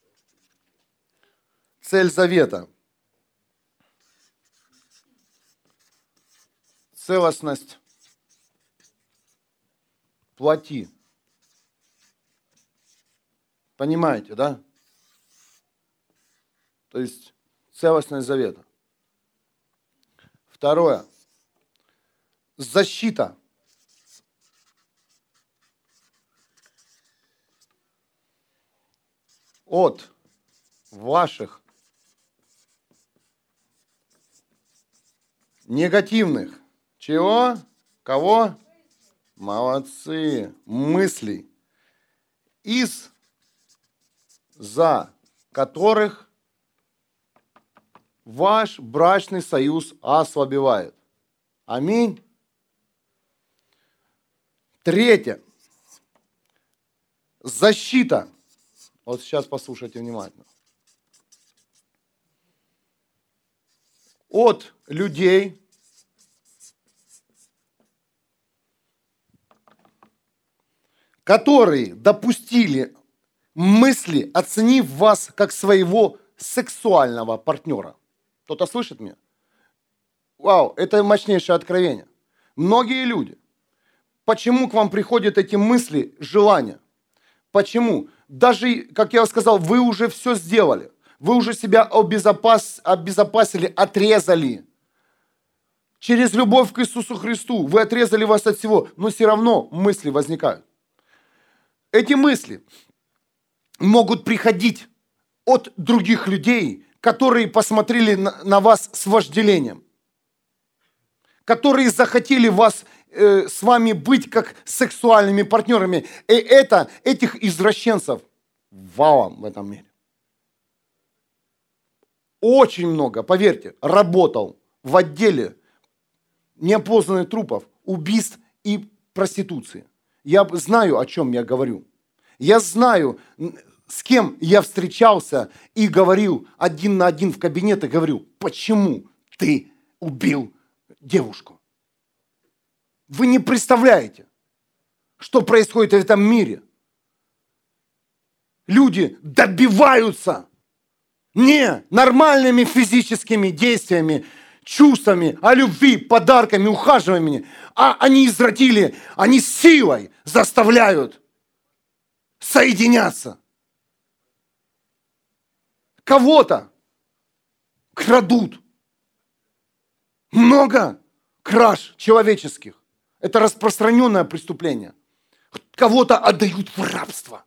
Цель завета. Целостность плоти. Понимаете, да? То есть целостность завета. Второе. Защита. От ваших негативных. Чего? Кого? Молодцы. Мыслей. Из-за которых ваш брачный союз ослабевает. Аминь. Третье. Защита. Вот сейчас послушайте внимательно. От людей, которые допустили мысли, оценив вас как своего сексуального партнера. Кто-то слышит меня? Вау, это мощнейшее откровение. Многие люди. Почему к вам приходят эти мысли, желания? Почему? Даже, как я сказал, вы уже все сделали. Вы уже себя обезопасили, отрезали. Через любовь к Иисусу Христу вы отрезали вас от всего, но все равно мысли возникают. Эти мысли могут приходить от других людей, которые посмотрели на вас с вожделением, которые захотели с вами быть как сексуальными партнерами. И этих извращенцев валом в этом мире. Очень много, поверьте, работал в отделе неопознанных трупов, убийств и проституции. Я знаю, о чем я говорю. Я знаю, с кем я встречался и говорил один на один в кабинете, говорю, почему ты убил девушку? Вы не представляете, что происходит в этом мире. Люди добиваются не нормальными физическими действиями, чувствами, о любви, подарками, ухаживаниями, а они извратили, они силой заставляют соединяться. Кого-то крадут. Много краж человеческих. Это распространенное преступление. Кого-то отдают в рабство.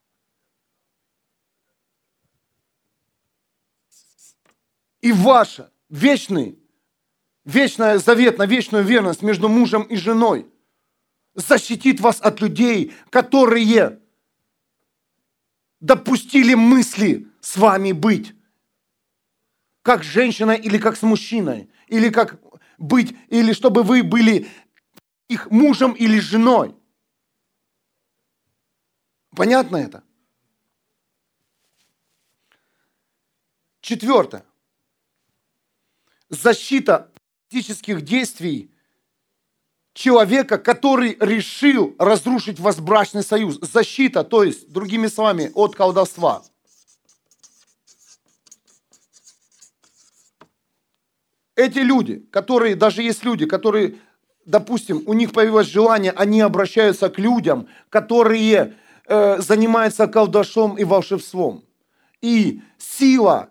И ваше вечный завет на вечную верность между мужем и женой защитит вас от людей, которые допустили мысли с вами быть. Как с женщиной или как с мужчиной. Или как быть, или чтобы вы были их мужем или женой. Понятно это? Четвертое. Защита физических действий человека, который решил разрушить ваш брачный союз. Защита, то есть, другими словами, от колдовства. Эти люди, которые, даже есть люди, которые, допустим, у них появилось желание, они обращаются к людям, которые занимаются колдовством и волшебством. И сила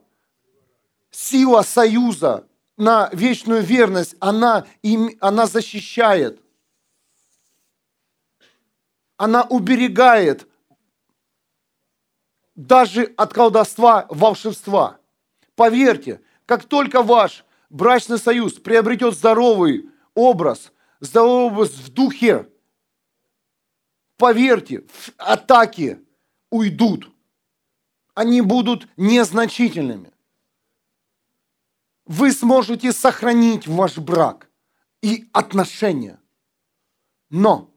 союза на вечную верность, она защищает, она уберегает даже от колдовства, волшебства. Поверьте, как только ваш брачный союз приобретет здоровый образ в духе, поверьте, атаки уйдут. Они будут незначительными. Вы сможете сохранить ваш брак и отношения. Но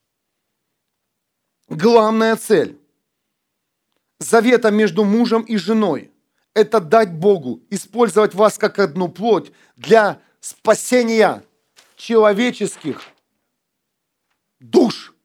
главная цель завета между мужем и женой – это дать Богу использовать вас как одну плоть для спасения человеческих душ.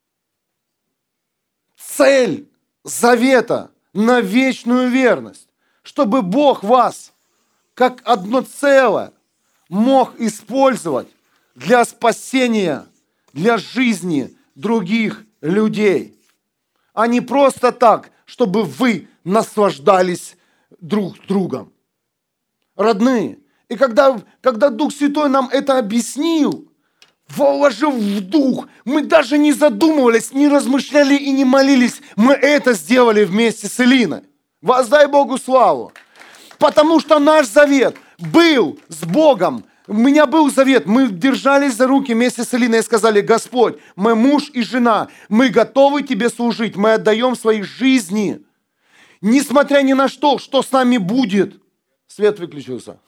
Цель завета на вечную верность, чтобы Бог вас как одно целое мог использовать для спасения, для жизни других людей, а не просто так, чтобы вы наслаждались друг другом. Родные, и когда Дух Святой нам это объяснил, вложив в дух, мы даже не задумывались, не размышляли и не молились, мы это сделали вместе с Элиной. Воздай Богу славу. Потому что наш завет был с Богом. У меня был завет. Мы держались за руки вместе с Элиной и сказали: Господь, мы муж и жена, мы готовы Тебе служить, мы отдаем свои жизни. Несмотря ни на что с нами будет. Свет выключился.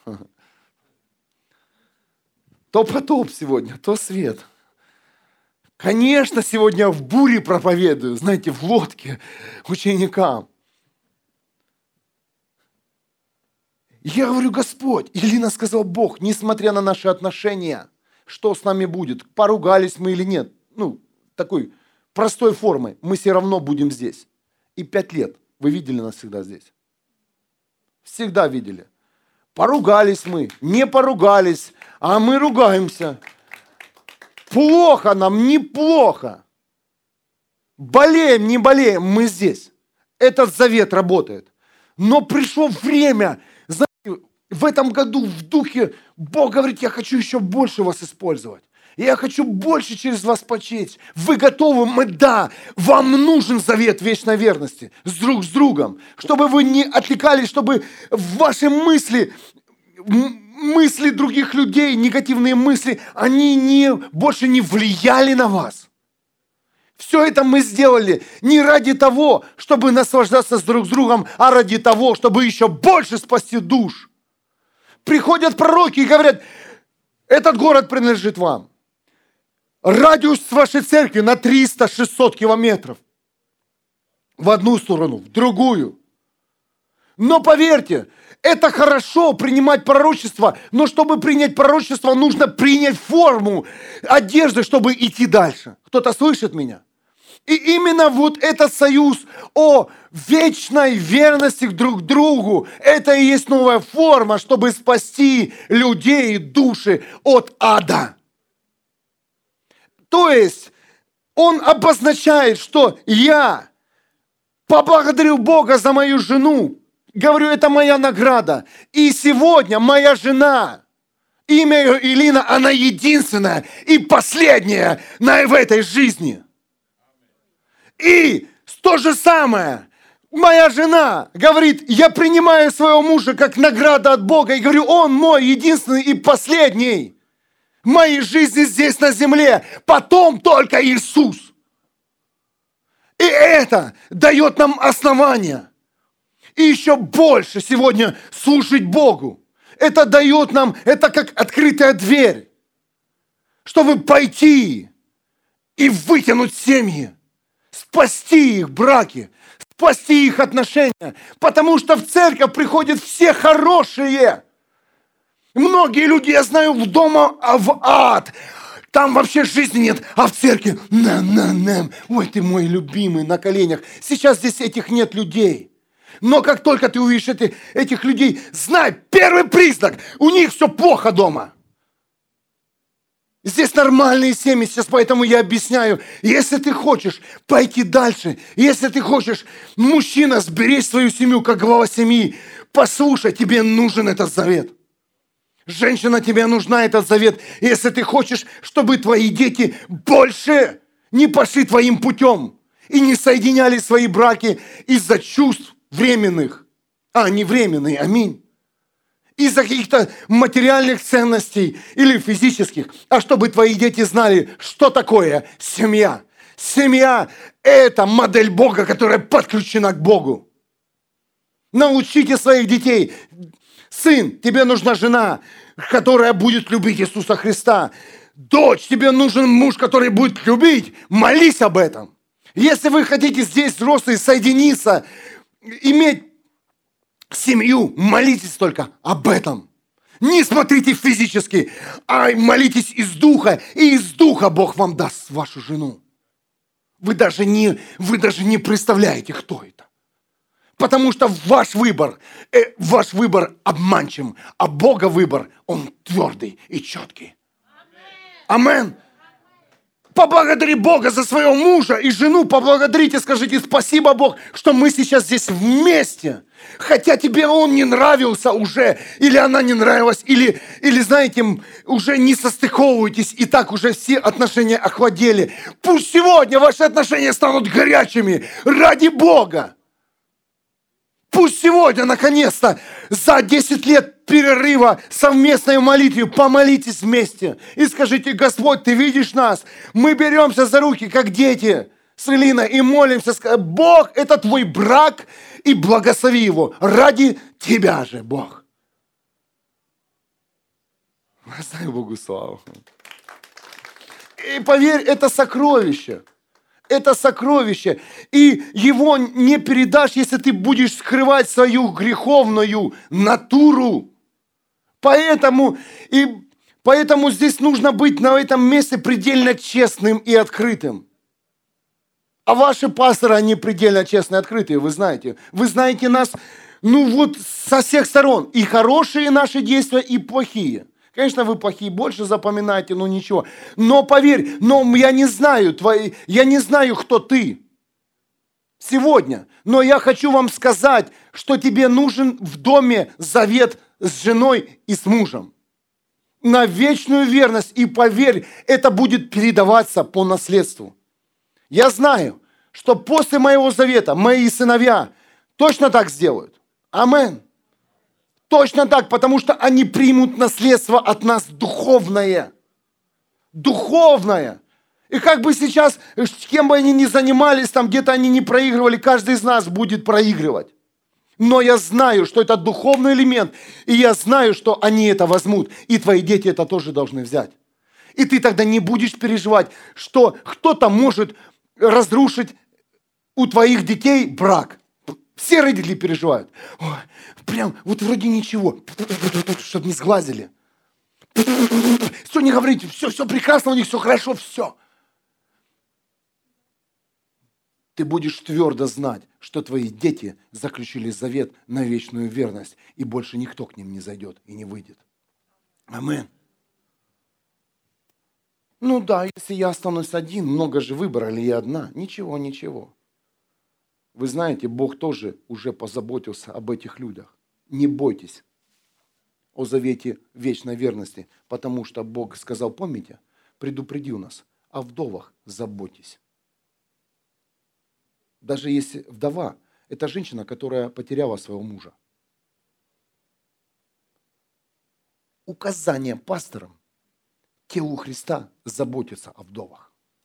То потоп сегодня, то свет. Конечно, сегодня в буре проповедую, знаете, в лодке ученикам. Я говорю: Господь, Елена сказала: Бог, несмотря на наши отношения, что с нами будет, поругались мы или нет, такой простой формы, мы все равно будем здесь. И 5 лет вы видели нас всегда здесь. Всегда видели. Поругались мы, не поругались, а мы ругаемся. Плохо нам, неплохо. Болеем, не болеем, мы здесь. Этот завет работает. Но пришло время, знаете, в этом году в духе Бог говорит: я хочу еще больше вас использовать. Я хочу больше через вас почесть. Вы готовы? Да. Вам нужен завет вечной верности с другом. Чтобы вы не отвлекались, чтобы ваши мысли других людей, негативные мысли, они больше не влияли на вас. Все это мы сделали не ради того, чтобы наслаждаться друг с другом, а ради того, чтобы еще больше спасти душ. Приходят пророки и говорят: этот город принадлежит вам. Радиус вашей церкви на 300-600 километров. В одну сторону, в другую. Но поверьте, это хорошо принимать пророчество, но чтобы принять пророчество, нужно принять форму одежды, чтобы идти дальше. Кто-то слышит меня? И именно вот этот союз о вечной верности друг к другу, это и есть новая форма, чтобы спасти людей и души от ада. То есть он обозначает, что я поблагодарил Бога за мою жену. Говорю, это моя награда. И сегодня моя жена, имя ее Элина, она единственная и последняя в этой жизни. И то же самое, моя жена говорит: я принимаю своего мужа как награду от Бога. И говорю: он мой единственный и последний в моей жизни здесь на земле. Потом только Иисус. И это дает нам основания. И еще больше сегодня служить Богу. Это дает нам, это как открытая дверь, чтобы пойти и вытянуть семьи, спасти их браки, спасти их отношения. Потому что в церковь приходят все хорошие. Многие люди, я знаю, в дома, в ад. Там вообще жизни нет, а в церкви ой, ты мой любимый, на коленях. Сейчас здесь этих нет людей. Но как только ты увидишь этих людей, знай, первый признак, у них все плохо дома. Здесь нормальные семьи, сейчас поэтому я объясняю. Если ты хочешь пойти дальше, если ты хочешь, мужчина, сберечь свою семью, как глава семьи, послушай, тебе нужен этот завет. Женщина, тебе нужна этот завет, если ты хочешь, чтобы твои дети больше не пошли твоим путем. и не соединяли свои браки из-за чувств временных, не временные, аминь, из-за каких-то материальных ценностей или физических, а чтобы твои дети знали, что такое семья. Семья – это модель Бога, которая подключена к Богу. Научите своих детей. Сын, тебе нужна жена, которая будет любить Иисуса Христа. Дочь, тебе нужен муж, который будет любить. Молись об этом. Если вы хотите здесь, взрослые, соединиться, иметь семью, молитесь только об этом. Не смотрите физически, а молитесь из духа, и из духа Бог вам даст вашу жену. Вы даже не представляете, кто это. Потому что ваш выбор обманчив, а Бога выбор, он твердый и четкий. Амин. Поблагодари Бога за своего мужа и жену, поблагодарите, скажите спасибо, Бог, что мы сейчас здесь вместе. Хотя тебе он не нравился уже, или она не нравилась, или знаете, уже не состыковываетесь, и так уже все отношения охладели. Пусть сегодня ваши отношения станут горячими ради Бога. Пусть сегодня, наконец-то, за 10 лет перерыва совместной молитвы помолитесь вместе и скажите: Господь, Ты видишь нас, мы беремся за руки, как дети с Элиной, и молимся, Бог, это Твой брак, и благослови его ради Тебя же, Бог. Воздай Богу славу. И поверь, это сокровище. Это сокровище, и его не передашь, если ты будешь скрывать свою греховную натуру. Поэтому здесь нужно быть на этом месте предельно честным и открытым. А ваши пасторы, они предельно честные и открытые, вы знаете. Вы знаете нас, со всех сторон. И хорошие наши действия, и плохие. Конечно, вы плохие больше запоминаете, ничего. Но поверь, я не знаю, кто ты сегодня. Но я хочу вам сказать, что тебе нужен в доме завет с женой и с мужем. На вечную верность. И поверь, это будет передаваться по наследству. Я знаю, что после моего завета мои сыновья точно так сделают. Аминь. Точно так, потому что они примут наследство от нас духовное. Духовное. И как бы сейчас, кем бы они ни занимались, там где-то они не проигрывали, каждый из нас будет проигрывать. Но я знаю, что это духовный элемент, и я знаю, что они это возьмут, и твои дети это тоже должны взять. И ты тогда не будешь переживать, что кто-то может разрушить у твоих детей брак. Все родители переживают. Ой, прям вот вроде ничего, чтобы не сглазили. Все, не говорите, все прекрасно у них, все хорошо, все. Ты будешь твердо знать, что твои дети заключили завет на вечную верность, и больше никто к ним не зайдет и не выйдет. Аминь. Если я останусь один, много же выбора, или я одна? Ничего. Вы знаете, Бог тоже уже позаботился об этих людях. Не бойтесь о завете вечной верности, потому что Бог сказал, помните, предупредил нас, о вдовах заботьтесь. Даже если вдова – это женщина, которая потеряла своего мужа. Указание пасторам, телу Христа, заботиться о вдовах.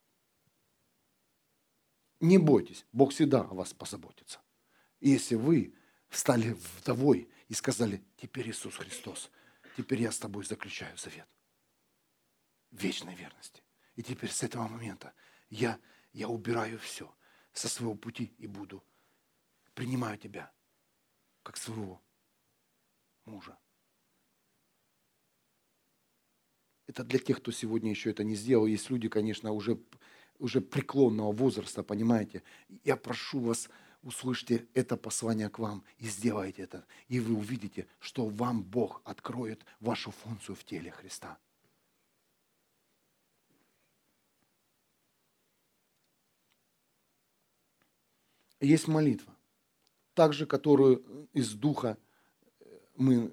Не бойтесь, Бог всегда о вас позаботится. И если вы стали вдовой и сказали, теперь Иисус Христос, теперь я с тобой заключаю завет вечной верности. И теперь с этого момента я убираю все со своего пути и принимаю тебя как своего мужа. Это для тех, кто сегодня еще это не сделал. Есть люди, конечно, уже преклонного возраста, понимаете. Я прошу вас, услышьте это послание к вам и сделайте это. И вы увидите, что вам Бог откроет вашу функцию в теле Христа. Есть молитва, также которую из Духа мы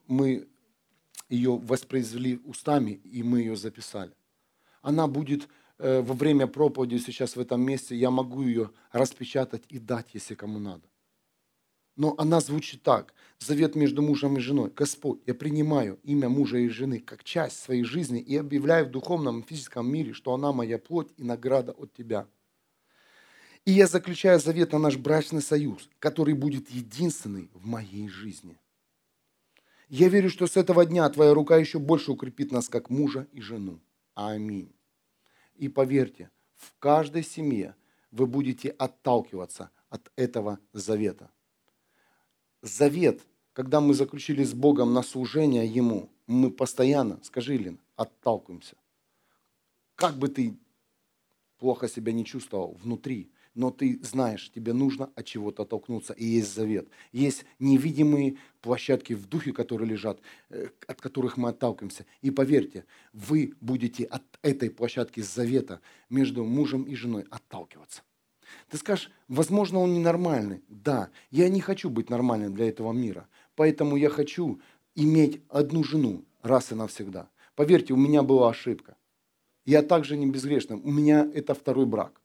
ее воспроизвели устами, и мы ее записали. Она будет во время проповеди сейчас в этом месте, я могу ее распечатать и дать, если кому надо. Но она звучит так. Завет между мужем и женой. Господь, я принимаю имя мужа и жены как часть своей жизни и объявляю в духовном и физическом мире, что она моя плоть и награда от Тебя. И я заключаю завет на наш брачный союз, который будет единственный в моей жизни. Я верю, что с этого дня Твоя рука еще больше укрепит нас как мужа и жену. Аминь. И поверьте, в каждой семье вы будете отталкиваться от этого завета. Завет, когда мы заключили с Богом на служение Ему, мы постоянно, скажи, Лин, отталкиваемся. Как бы ты плохо себя не чувствовал внутри, но ты знаешь, тебе нужно от чего-то оттолкнуться, и есть завет. Есть невидимые площадки в духе, которые лежат, от которых мы отталкиваемся. И поверьте, вы будете от этой площадки завета между мужем и женой отталкиваться. Ты скажешь, возможно, он ненормальный. Да, я не хочу быть нормальным для этого мира, поэтому я хочу иметь одну жену раз и навсегда. Поверьте, у меня была ошибка. Я также не безгрешный, у меня это второй брак.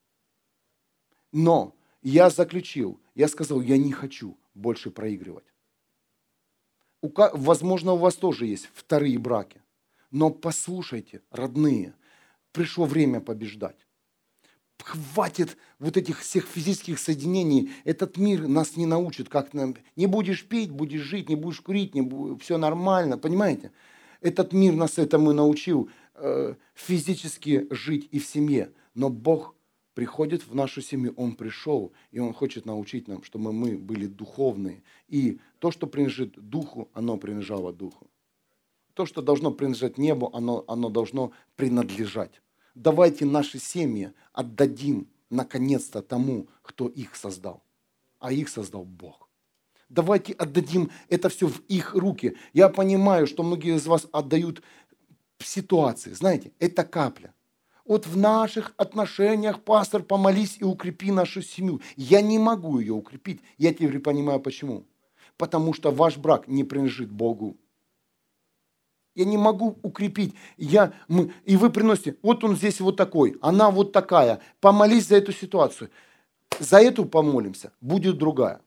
Но я заключил, я сказал, я не хочу больше проигрывать. Возможно, у вас тоже есть вторые браки. Но послушайте, родные, пришло время побеждать. Хватит вот этих всех физических соединений. Этот мир нас не научит, как нам... Не будешь пить, будешь жить, не будешь курить, все нормально, понимаете? Этот мир нас этому научил физически жить и в семье. Но Бог приходит в нашу семью, Он пришел, и Он хочет научить нам, чтобы мы были духовные. И то, что принадлежит духу, оно принадлежало духу. То, что должно принадлежать небу, оно должно принадлежать. Давайте наши семьи отдадим наконец-то тому, кто их создал. А их создал Бог. Давайте отдадим это все в их руки. Я понимаю, что многие из вас отдают ситуации. Знаете, это капля. Вот в наших отношениях, пастор, помолись и укрепи нашу семью. Я не могу ее укрепить. Я теперь понимаю, почему. Потому что ваш брак не принадлежит Богу. Я не могу укрепить. И вы приносите, вот он здесь вот такой, она вот такая. Помолись за эту ситуацию. За эту помолимся, будет другая.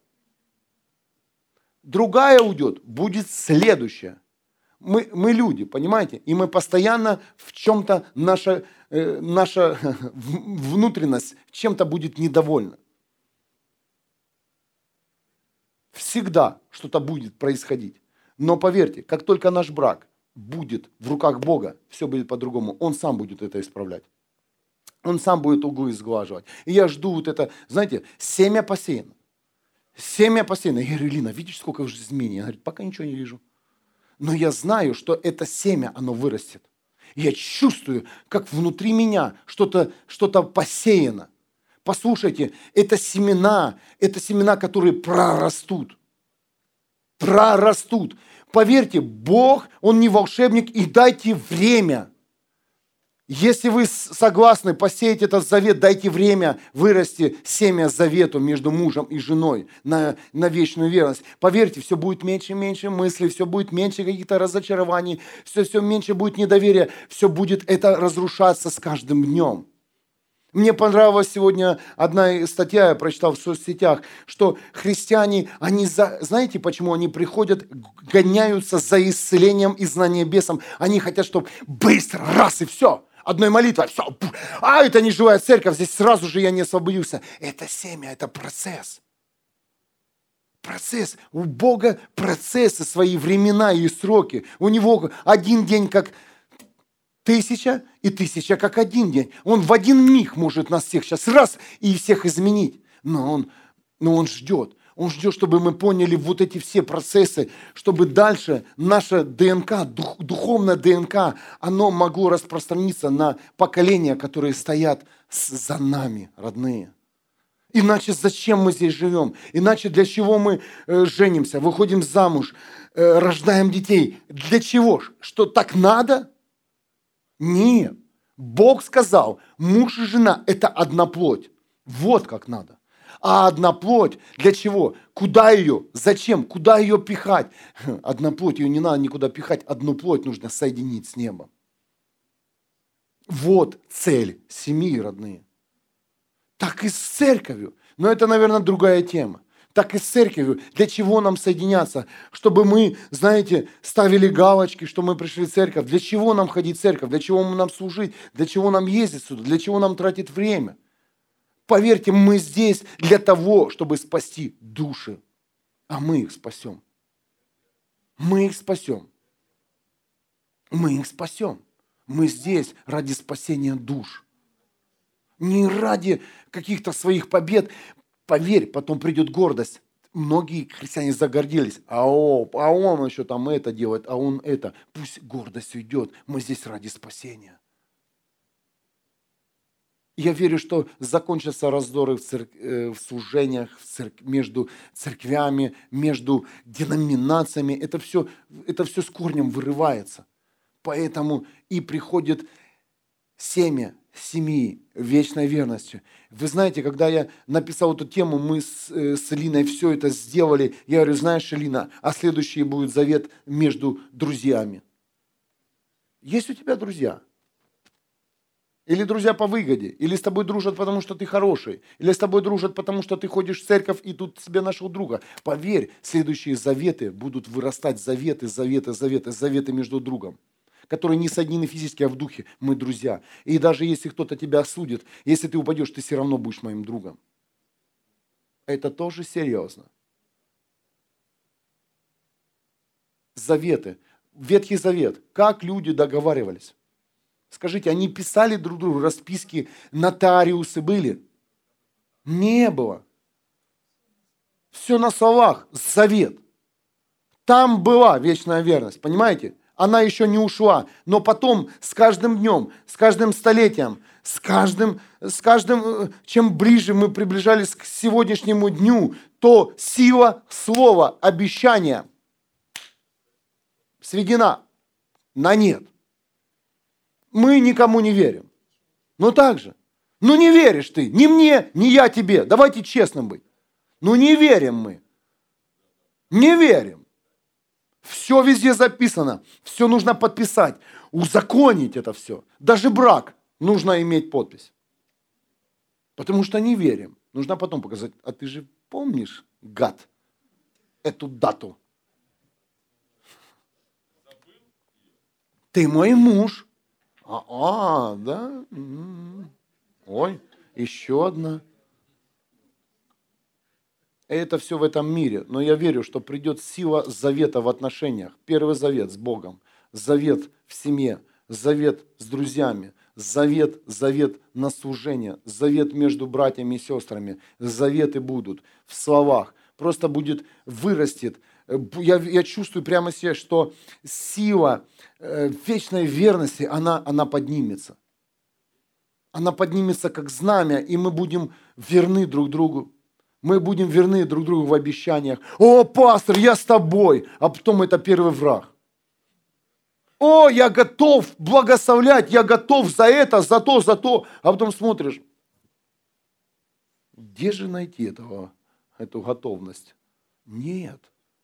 Другая уйдет, будет следующая. Мы люди, понимаете? И мы постоянно в чем-то наша внутренность чем-то будет недовольна. Всегда что-то будет происходить. Но поверьте, как только наш брак будет в руках Бога, все будет по-другому. Он сам будет это исправлять. Он сам будет углы сглаживать. И я жду вот это, знаете, семя посеяно. Семя посеяно. Я говорю, Лина, видишь, сколько уже изменений? Она говорит, пока ничего не вижу. Но я знаю, что это семя, оно вырастет. Я чувствую, как внутри меня что-то посеяно. Послушайте, это семена, которые прорастут. Прорастут. Поверьте, Бог, Он не волшебник, и дайте время. Если вы согласны посеять этот завет, дайте время вырасти семя завету между мужем и женой на вечную верность. Поверьте, все будет меньше и меньше мыслей, все будет меньше каких-то разочарований, все меньше будет недоверия, все будет это разрушаться с каждым днем. Мне понравилась сегодня одна статья, я прочитал в соцсетях, что христиане, знаете, почему они приходят, гоняются за исцелением и знанием бесом? Они хотят, чтобы быстро, раз и все. Одной молитвой, все. Это не живая церковь, здесь сразу же я не освободился. Это семя, это процесс. Процесс. У Бога процессы, свои времена и сроки. У Него один день как 1000, и 1000 как один день. Он в один миг может нас всех сейчас раз и всех изменить. Но он ждет. Он ждет, чтобы мы поняли вот эти все процессы, чтобы дальше наша ДНК, духовная ДНК, оно могло распространиться на поколения, которые стоят за нами, родные. Иначе зачем мы здесь живем? Иначе для чего мы женимся, выходим замуж, рождаем детей? Для чего? Что так надо? Нет. Бог сказал, муж и жена – это одна плоть. Вот как надо. А одна плоть для чего? Куда ее? Зачем? Куда ее пихать? Одна плоть, ее не надо никуда пихать. Одну плоть нужно соединить с небом. Вот цель семьи, родные. Так и с церковью. Но это, наверное, другая тема. Так и с церковью. Для чего нам соединяться? Чтобы мы, знаете, ставили галочки, что мы пришли в церковь. Для чего нам ходить в церковь? Для чего нам служить? Для чего нам ездить сюда? Для чего нам тратить время? Поверьте, мы здесь для того, чтобы спасти души. А мы их спасем. Мы их спасем. Мы их спасем. Мы здесь ради спасения душ. Не ради каких-то своих побед. Поверь, потом придет гордость. Многие христиане загордились. А он еще там это делает, а он это. Пусть гордость уйдет. Мы здесь ради спасения. Я верю, что закончатся раздоры в служениях, между церквями, между деноминациями. Это все с корнем вырывается. Поэтому и приходит семя семьи вечной верностью. Вы знаете, когда я написал эту тему, мы с Линой все это сделали. Я говорю, знаешь, Лина, а следующий будет завет между друзьями. Есть у тебя друзья? Или друзья по выгоде? Или с тобой дружат, потому что ты хороший? Или с тобой дружат, потому что ты ходишь в церковь и тут себе нашел друга? Поверь, следующие заветы будут вырастать, заветы между другом, которые не соединены физически, а в духе. Мы друзья. И даже если кто-то тебя осудит, если ты упадешь, ты все равно будешь моим другом. Это тоже серьезно. Заветы. Ветхий Завет. Как люди договаривались? Скажите, они писали друг другу расписки, нотариусы были? Не было. Все на словах. Завет. Там была вечная верность, понимаете? Она еще не ушла, но потом с каждым днем, с каждым столетием, с каждым, чем ближе мы приближались к сегодняшнему дню, то сила слова, обещания сведена на нет. Мы никому не верим. Но так же. Ну не веришь ты, ни мне, ни я тебе. Давайте честным быть. Ну не верим мы. Не верим. Все везде записано. Все нужно подписать. Узаконить это все. Даже брак нужно иметь подпись. Потому что не верим. Нужно потом показать. А ты же помнишь, гад, эту дату? Ты мой муж. Да? Ой, еще одна. Это все в этом мире. Но я верю, что придет сила завета в отношениях. Первый завет с Богом. Завет в семье. Завет с друзьями. Завет на служение. Завет между братьями и сестрами. Заветы будут в словах. Просто вырастет. Я чувствую прямо себе, что сила вечной верности, она поднимется. Она поднимется как знамя, и мы будем верны друг другу. Мы будем верны друг другу в обещаниях. О, пастор, я с тобой. А потом это первый враг. О, я готов благословлять, я готов за это, за то. А потом смотришь, где же найти эту готовность? Нет.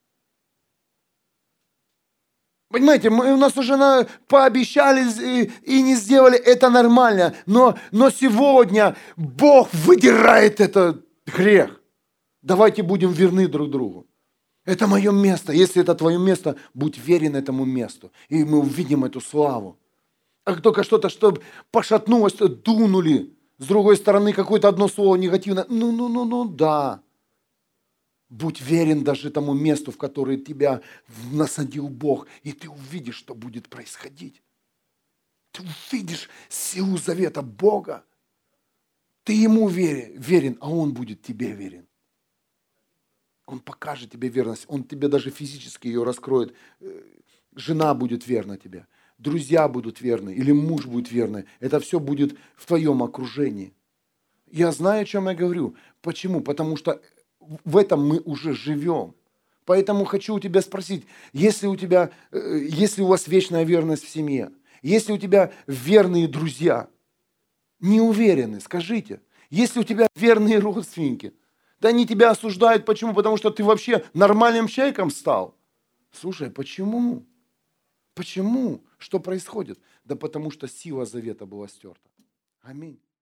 Понимаете, у нас уже пообещали и не сделали, это нормально. Но сегодня Бог выдирает этот грех. Давайте будем верны друг другу. Это мое место. Если это твое место, будь верен этому месту. И мы увидим эту славу. А только что-то, чтобы пошатнулось, дунули. С другой стороны, какое-то одно слово негативное. Да. Будь верен даже тому месту, в которое тебя насадил Бог, и ты увидишь, что будет происходить. Ты увидишь силу завета Бога. Ты Ему верен, а Он будет тебе верен. Он покажет тебе верность, Он тебе даже физически ее раскроет. Жена будет верна тебе, друзья будут верны, или муж будет верный. Это все будет в твоем окружении. Я знаю, о чем я говорю. Почему? Потому что в этом мы уже живем. Поэтому хочу у тебя спросить, если у вас вечная верность в семье, если у тебя верные друзья, не уверены, скажите, если у тебя верные родственники, да они тебя осуждают, почему? Потому что ты вообще нормальным человеком стал. Слушай, почему? Почему? Что происходит? Да потому что сила завета была стерта. Аминь.